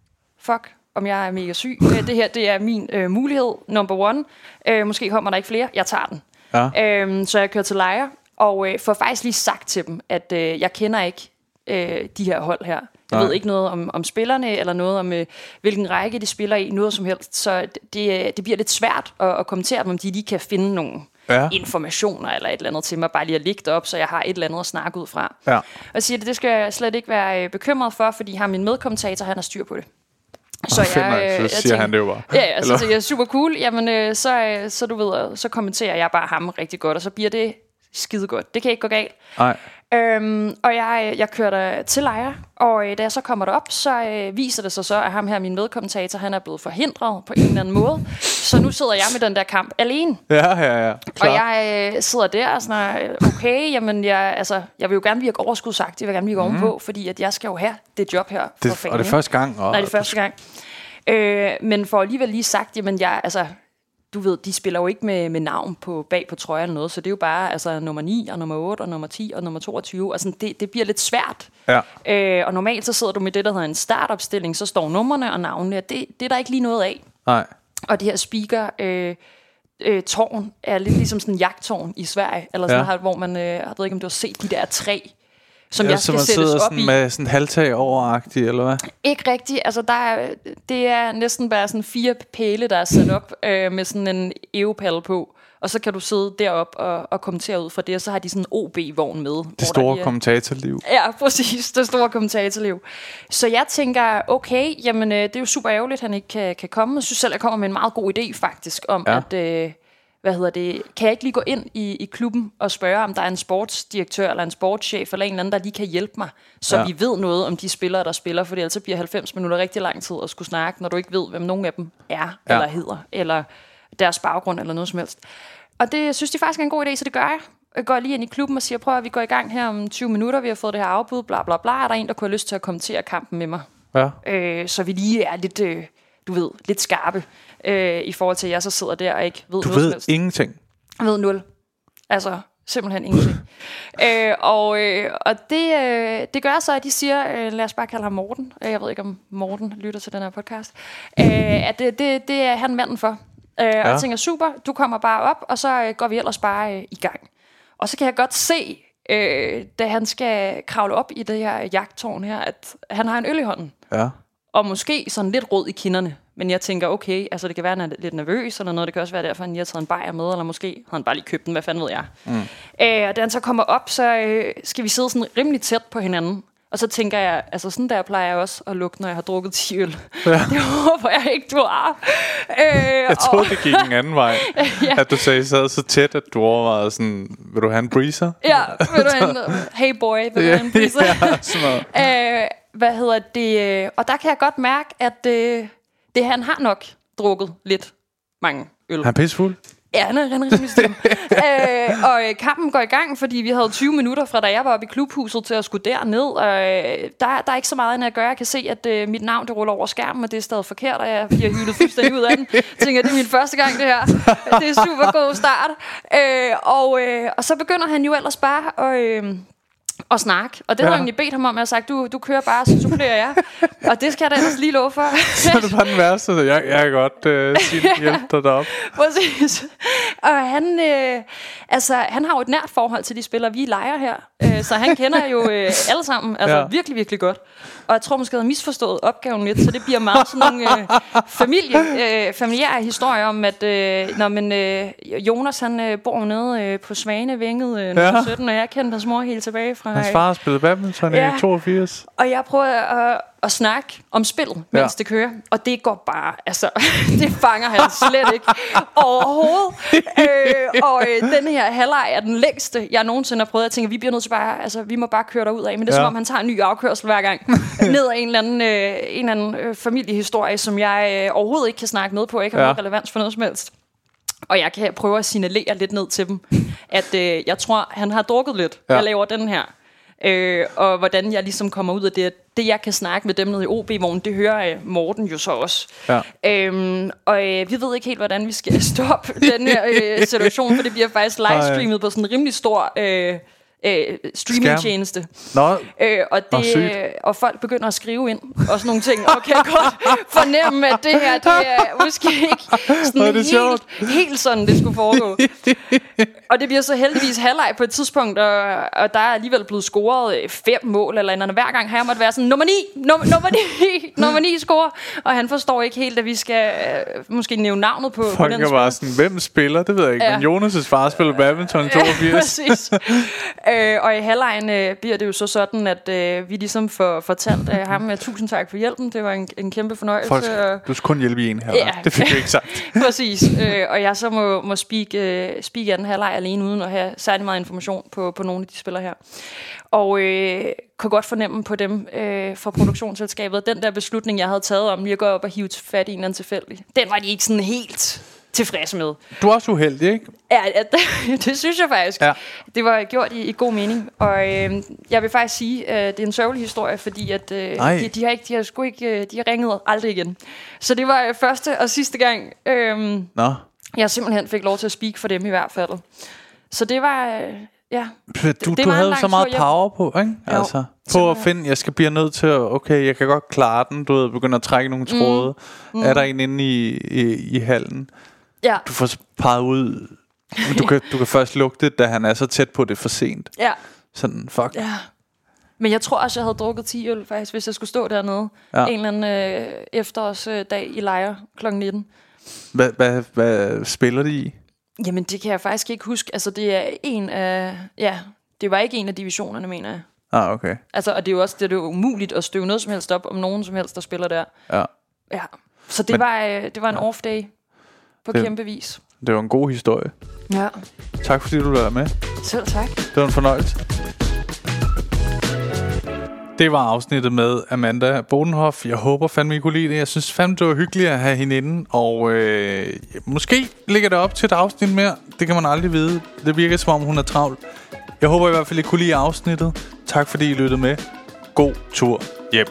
Speaker 6: fuck, om jeg er mega syg. Det her, det er min øh, mulighed, number one. Øh, måske kommer der ikke flere. Jeg tager den.
Speaker 1: Ja.
Speaker 6: Øh, så jeg kører til Lejre, og øh, får faktisk lige sagt til dem, at øh, jeg kender ikke øh, de her hold her. Jeg Nej. ved ikke noget om, om spillerne, eller noget om, øh, hvilken række de spiller i, noget som helst. Så det, det bliver lidt svært at, at kommentere dem, om de lige kan finde nogle ja. informationer eller et eller andet til mig, bare lige at lægge det op, så jeg har et eller andet at snakke ud fra. Ja. Og jeg siger, at det skal jeg slet ikke være bekymret for, fordi jeg har min medkommentator, han har styr på det.
Speaker 1: Så, oh, jeg, øh, så siger tænker, han det jo bare.
Speaker 6: Ja, ja så det er super cool. Jamen, øh, så, så du ved, så kommenterer jeg bare ham rigtig godt, og så bliver det skide godt. Det kan ikke gå galt.
Speaker 1: Nej.
Speaker 6: Øhm, og jeg, jeg kører der til Lejre, og øh, da jeg så kommer derop, så øh, viser det sig så, at ham her, min medkommentator, han er blevet forhindret på en eller anden måde. Så nu sidder jeg med den der kamp alene.
Speaker 1: Ja, ja, ja.
Speaker 6: Klar. Og jeg øh, sidder der og sådan, okay, jamen jeg, altså, jeg vil jo gerne virke overskudsagtig, jeg vil gerne virke mm. ovenpå, fordi at jeg skal jo have det job her.
Speaker 1: Det, for og det er første gang? Og
Speaker 6: Nej, det er første gang. Øh, men for alligevel lige sagt, jamen jeg, altså... Du ved, de spiller jo ikke med, med navn på, bag på trøjen eller noget, så det er jo bare altså, nummer ni og nummer otte og nummer ti og nummer toogtyve. Altså, det, det bliver lidt svært. Ja. Øh, og normalt så sidder du med det, der hedder en startopstilling, så står numrene og navnene, og det, det er der ikke lige noget af.
Speaker 1: Nej.
Speaker 6: Og det her speaker... Øh, øh, tårn er lidt ligesom sådan en jagttårn i Sverige, eller sådan ja. her, hvor man... Øh, jeg ved ikke, om du har set de der træ, som ja, jeg skal sættes op
Speaker 1: sådan
Speaker 6: i.
Speaker 1: Med sådan halvtag overagtigt, eller hvad?
Speaker 6: Ikke rigtigt. Altså, der er, det er næsten bare sådan fire pæle, der er sat op øh, med sådan en eopalle på. Og så kan du sidde derop og, og kommentere ud fra det, og så har de sådan en O B-vogn med.
Speaker 1: Det store er, kommentatorliv.
Speaker 6: Ja, præcis. Det store kommentatorliv. Så jeg tænker, okay, jamen det er jo super ærgerligt, at han ikke kan, kan komme. Jeg synes selv, jeg kommer med en meget god idé faktisk, om ja. at... Øh, hvad hedder det, kan jeg ikke lige gå ind i, i klubben og spørge, om der er en sportsdirektør eller en sportschef eller en eller anden, der lige kan hjælpe mig, så ja. vi ved noget om de spillere, der spiller, for ellers bliver halvfems minutter rigtig lang tid at skulle snakke, når du ikke ved, hvem nogen af dem er, ja. eller hedder, eller deres baggrund eller noget som helst. Og det synes de faktisk er en god idé, så det gør jeg. Jeg går lige ind i klubben og siger, prøv at vi går i gang her om tyve minutter, vi har fået det her afbud, bla bla bla, er der en, der kunne have lyst til at kommentere kampen med mig? Ja. Øh, så vi lige er lidt, øh, du ved, lidt skarpe. Øh, i forhold til, at jeg så sidder der og ikke ved
Speaker 1: du
Speaker 6: noget
Speaker 1: ved ingenting?
Speaker 6: Jeg ved nul. Altså, simpelthen ingenting. øh, og øh, og det, øh, det gør så, at de siger, øh, lad os bare kalde ham Morten. Jeg ved ikke, om Morten lytter til den her podcast. Øh, at det, det, det er han manden for. Øh, ja. Og jeg tænker, super, du kommer bare op, og så øh, går vi ellers bare øh, i gang. Og så kan jeg godt se, øh, da han skal kravle op i det her jagttårn her, at han har en øl i hånden. Ja. Og måske sådan lidt rød i kinderne. Men jeg tænker, okay, altså det kan være, at han er lidt nervøs eller noget. Det kan også være derfor, at han lige har taget en bajer med, eller måske har han bare lige købt den, hvad fanden ved jeg. Mm. Øh, og da han så kommer op, så øh, skal vi sidde sådan rimelig tæt på hinanden. Og så tænker jeg, altså sådan der plejer jeg også at lukke, når jeg har drukket ti øl. Ja. Det håber jeg ikke, du har. Øh,
Speaker 1: jeg troede, og... det gik en anden vej. Ja. At du sagde, sad så tæt, at du overvejede sådan, vil du have en breezer?
Speaker 6: Ja, vil du have en, hey boy, vil du have en breezer? Ja, sådan noget. øh, hvad hedder det? Og der kan jeg godt mærke, at øh, det han har nok drukket lidt mange øl.
Speaker 1: Han er pissefuld?
Speaker 6: Ja, han er rimelig stem. øh, og kampen går i gang, fordi vi havde tyve minutter fra, da jeg var oppe i klubhuset til at skulle derned. Og øh, der, der er ikke så meget end at gøre. Jeg kan se, at øh, mit navn det ruller over skærmen, og det er stadig forkert, og jeg bliver hyldet fuldstændig ud af den. Jeg tænker, det er min første gang, det her. Det er super god start. Øh, og, øh, og så begynder han jo ellers bare at... Øh, og snak. Og det ja. har jeg egentlig bedt ham om. Jeg har sagt, du, du kører bare, så supplerer jeg. Og det skal jeg da ellers lige love for.
Speaker 1: Så er det bare den værste. Jeg, jeg kan godt øh, sige, hjælpe dig derop.
Speaker 6: Præcis. Og han, øh, altså, han har jo et nært forhold til de spillere, vi leger her. Øh, så han kender jo øh, alle sammen altså, ja. virkelig, virkelig godt. Og jeg tror måske, jeg havde misforstået opgaven lidt, så det bliver meget sådan nogle øh, familie, øh, familiære historier om, at øh, når man, øh, Jonas han øh, bor nede øh, på Svanevænget øh, ja. sytten, og jeg kendte hans mor helt tilbage fra...
Speaker 1: Hans far spillede badminton ja. i toogfirs.
Speaker 6: Og jeg prøver at, at snakke om spillet, mens ja. det kører, og det går bare, altså, det fanger han slet ikke overhovedet. øh, og øh, den her halvleg er den længste, jeg nogensinde har prøvet. Jeg tænker, vi bliver nødt til bare, altså, vi må bare køre derud af, men det er ja. som om, han tager en ny afkørsel hver gang. Ned af en eller anden, øh, en eller anden øh, familiehistorie, som jeg øh, overhovedet ikke kan snakke noget på, ikke har ja. noget relevans for noget som helst. Og jeg kan prøve at signalere lidt ned til dem, at øh, jeg tror, han har drukket lidt. Ja. Jeg laver den her. Øh, og hvordan jeg ligesom kommer ud af det, det jeg kan snakke med dem nede i O B-vognen, det hører øh, Morten jo så også. Ja. Øhm, og øh, vi ved ikke helt, hvordan vi skal stoppe den her øh, situation, for det bliver faktisk livestreamet på sådan en rimelig stor... Øh, Øh, streamingtjeneste. Øh, og, det, oh, og folk begynder at skrive ind og sådan nogle ting. Og kan godt fornemme, at det her det er måske ikke sådan oh, helt, helt sådan, det skulle foregå. Og det bliver så heldigvis halvleg på et tidspunkt, og, og der er alligevel blevet scoret fem mål eller andet. Hver gang her måtte være sådan, nummer ni, nummer, nummer ni, nummer ni scorer. Og han forstår ikke helt, at vi skal øh, måske nævne navnet på, på den
Speaker 1: spil. Bare sådan, hvem spiller? Det ved jeg ikke. Ja. Men Jonas' far spiller badminton i toogfirs.
Speaker 6: Præcis. Øh, og i halvlejen øh, bliver det jo så sådan, at øh, vi ligesom får fortalt øh, ham, at tusind tak for hjælpen. Det var en, en kæmpe fornøjelse. Folk,
Speaker 1: du skulle kun hjælpe i en her. Ja. Det fik du ikke sagt.
Speaker 6: Præcis. Øh, og jeg så må, må speak, øh, speak af den halvleg alene, uden at have særlig meget information på, på nogle af de spillere her. Og øh, kan godt fornemme på dem øh, fra produktionsselskabet, den der beslutning, jeg havde taget om lige at gå op og hive fat i en eller anden tilfældig, den var de ikke sådan helt... tilfreds med.
Speaker 1: Du er også uheldig, ikke?
Speaker 6: Ja, det, det synes jeg faktisk. Ja. Det var gjort i, i god mening. Og øh, jeg vil faktisk sige, at det er en sørgelig historie, fordi at, øh, de, de har ikke, de har sgu ikke, de har ringet aldrig igen. Så det var første og sidste gang, øh,
Speaker 1: Nå.
Speaker 6: jeg simpelthen fik lov til at speak for dem i hvert fald. Så det var, øh, ja.
Speaker 1: Du, det, det du havde så meget power på, ikke? Altså, på at finde, jeg skal blive nødt til at, okay, jeg kan godt klare den, du ved, begynder at trække nogle tråde. Mm. Mm. Er der en inde i, i, i hallen?
Speaker 6: Ja.
Speaker 1: Du får peget ud. Men du kan, du kan først lugte, da han er så tæt på det for sent.
Speaker 6: Ja.
Speaker 1: Sådan, fuck.
Speaker 6: Ja. Men jeg tror også, jeg havde drukket ti øl, faktisk, hvis jeg skulle stå dernede. Ja. En eller anden øh, efterårsdag i Lejre klokken nitten.
Speaker 1: Hvad, hvad, hvad spiller de i?
Speaker 6: Jamen, det kan jeg faktisk ikke huske. Altså, det er en af... Ja, det var ikke en af divisionerne, mener jeg.
Speaker 1: Ah, okay.
Speaker 6: Altså, og det er jo også det er jo umuligt at støve noget som helst op, om nogen som helst, der spiller der.
Speaker 1: Ja.
Speaker 6: Ja. Så det, Men, var, øh, det var en ja. off-day. På det, kæmpe vis.
Speaker 1: Det var en god historie.
Speaker 6: Ja.
Speaker 1: Tak fordi du var med.
Speaker 6: Selv tak.
Speaker 1: Det var en fornøjelse. Det var afsnittet med Amanda Bodenhoff. Jeg håber fandme, I kunne lide det. Jeg synes fandme, det var hyggeligt at have hende inde. Og øh, måske ligger det op til et afsnit mere. Det kan man aldrig vide. Det virker som om, hun er travlt. Jeg håber i hvert fald, I kunne lide afsnittet. Tak fordi I lyttede med. God tur hjem.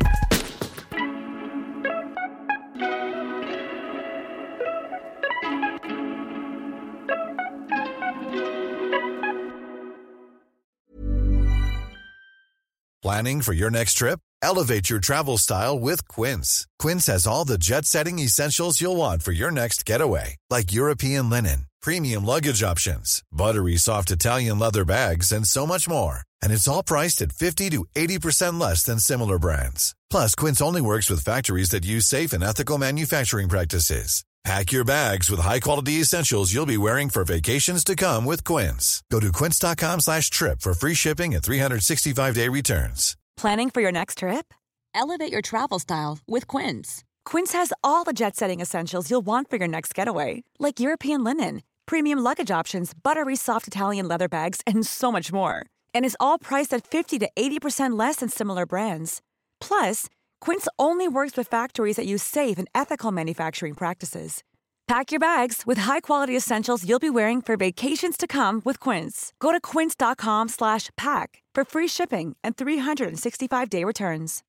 Speaker 9: Planning for your next trip? Elevate your travel style with Quince. Quince has all the jet-setting essentials you'll want for your next getaway, like European linen, premium luggage options, buttery soft Italian leather bags, and so much more. And it's all priced at fifty to eighty percent less than similar brands. Plus, Quince only works with factories that use safe and ethical manufacturing practices. Pack your bags with high-quality essentials you'll be wearing for vacations to come with Quince. Go to quince.com slash trip for free shipping and three sixty-five day returns.
Speaker 10: Planning for your next trip?
Speaker 11: Elevate your travel style with Quince.
Speaker 10: Quince has all the jet-setting essentials you'll want for your next getaway, like European linen, premium luggage options, buttery soft Italian leather bags, and so much more. And is all priced at fifty to eighty percent less than similar brands. Plus, Quince only works with factories that use safe and ethical manufacturing practices. Pack your bags with high-quality essentials you'll be wearing for vacations to come with Quince. Go to quince.com slash pack for free shipping and three sixty-five day returns.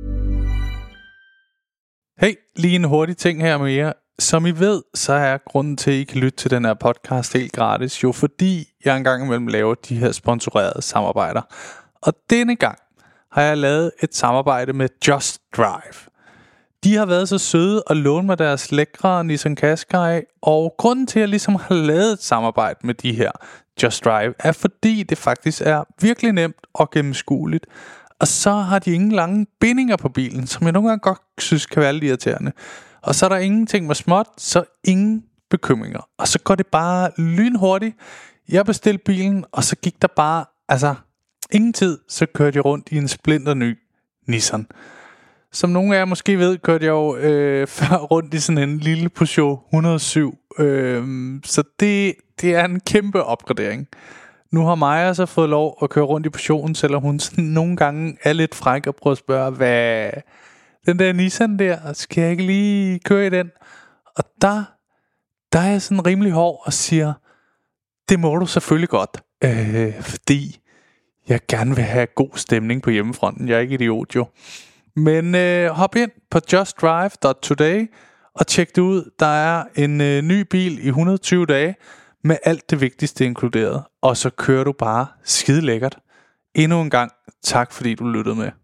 Speaker 1: Hey, lige en hurtig ting her med jer. Som I ved, så er grunden til, at I kan lytte til den her podcast helt gratis, jo fordi jeg engang imellem laver de her sponsorerede samarbejder. Og denne gang har jeg lavet et samarbejde med Just Drive. De har været så søde at låne mig deres lækre Nissan Qashqai, og grunden til, at jeg ligesom har lavet et samarbejde med de her Just Drive, er fordi det faktisk er virkelig nemt og gennemskueligt. Og så har de ingen lange bindinger på bilen, som jeg nogle gange godt synes kan være lidt irriterende. Og så er der ingenting med småt, så ingen bekymringer. Og så går det bare lynhurtigt. Jeg bestilte bilen, og så gik der bare, altså ingen tid, så kørte jeg rundt i en splinter ny Nissan. Som nogle af jer måske ved, kørte jeg jo øh, før rundt i sådan en lille Peugeot et hundrede og syv. Øh, så det, det er en kæmpe opgradering. Nu har Maja så fået lov at køre rundt i Peugeoten, selvom hun sådan nogle gange er lidt fræk og prøver at spørge, hvad den der Nissan der, skal jeg ikke lige køre i den? Og der, der er jeg sådan rimelig hård og siger, det må du selvfølgelig godt, øh, fordi jeg gerne vil have god stemning på hjemmefronten. Jeg er ikke idiot jo. Men øh, hop ind på just drive dot today og tjek det ud. Der er en øh, ny bil i et hundrede og tyve dage med alt det vigtigste inkluderet. Og så kører du bare skide lækkert. Endnu en gang tak fordi du lyttede med.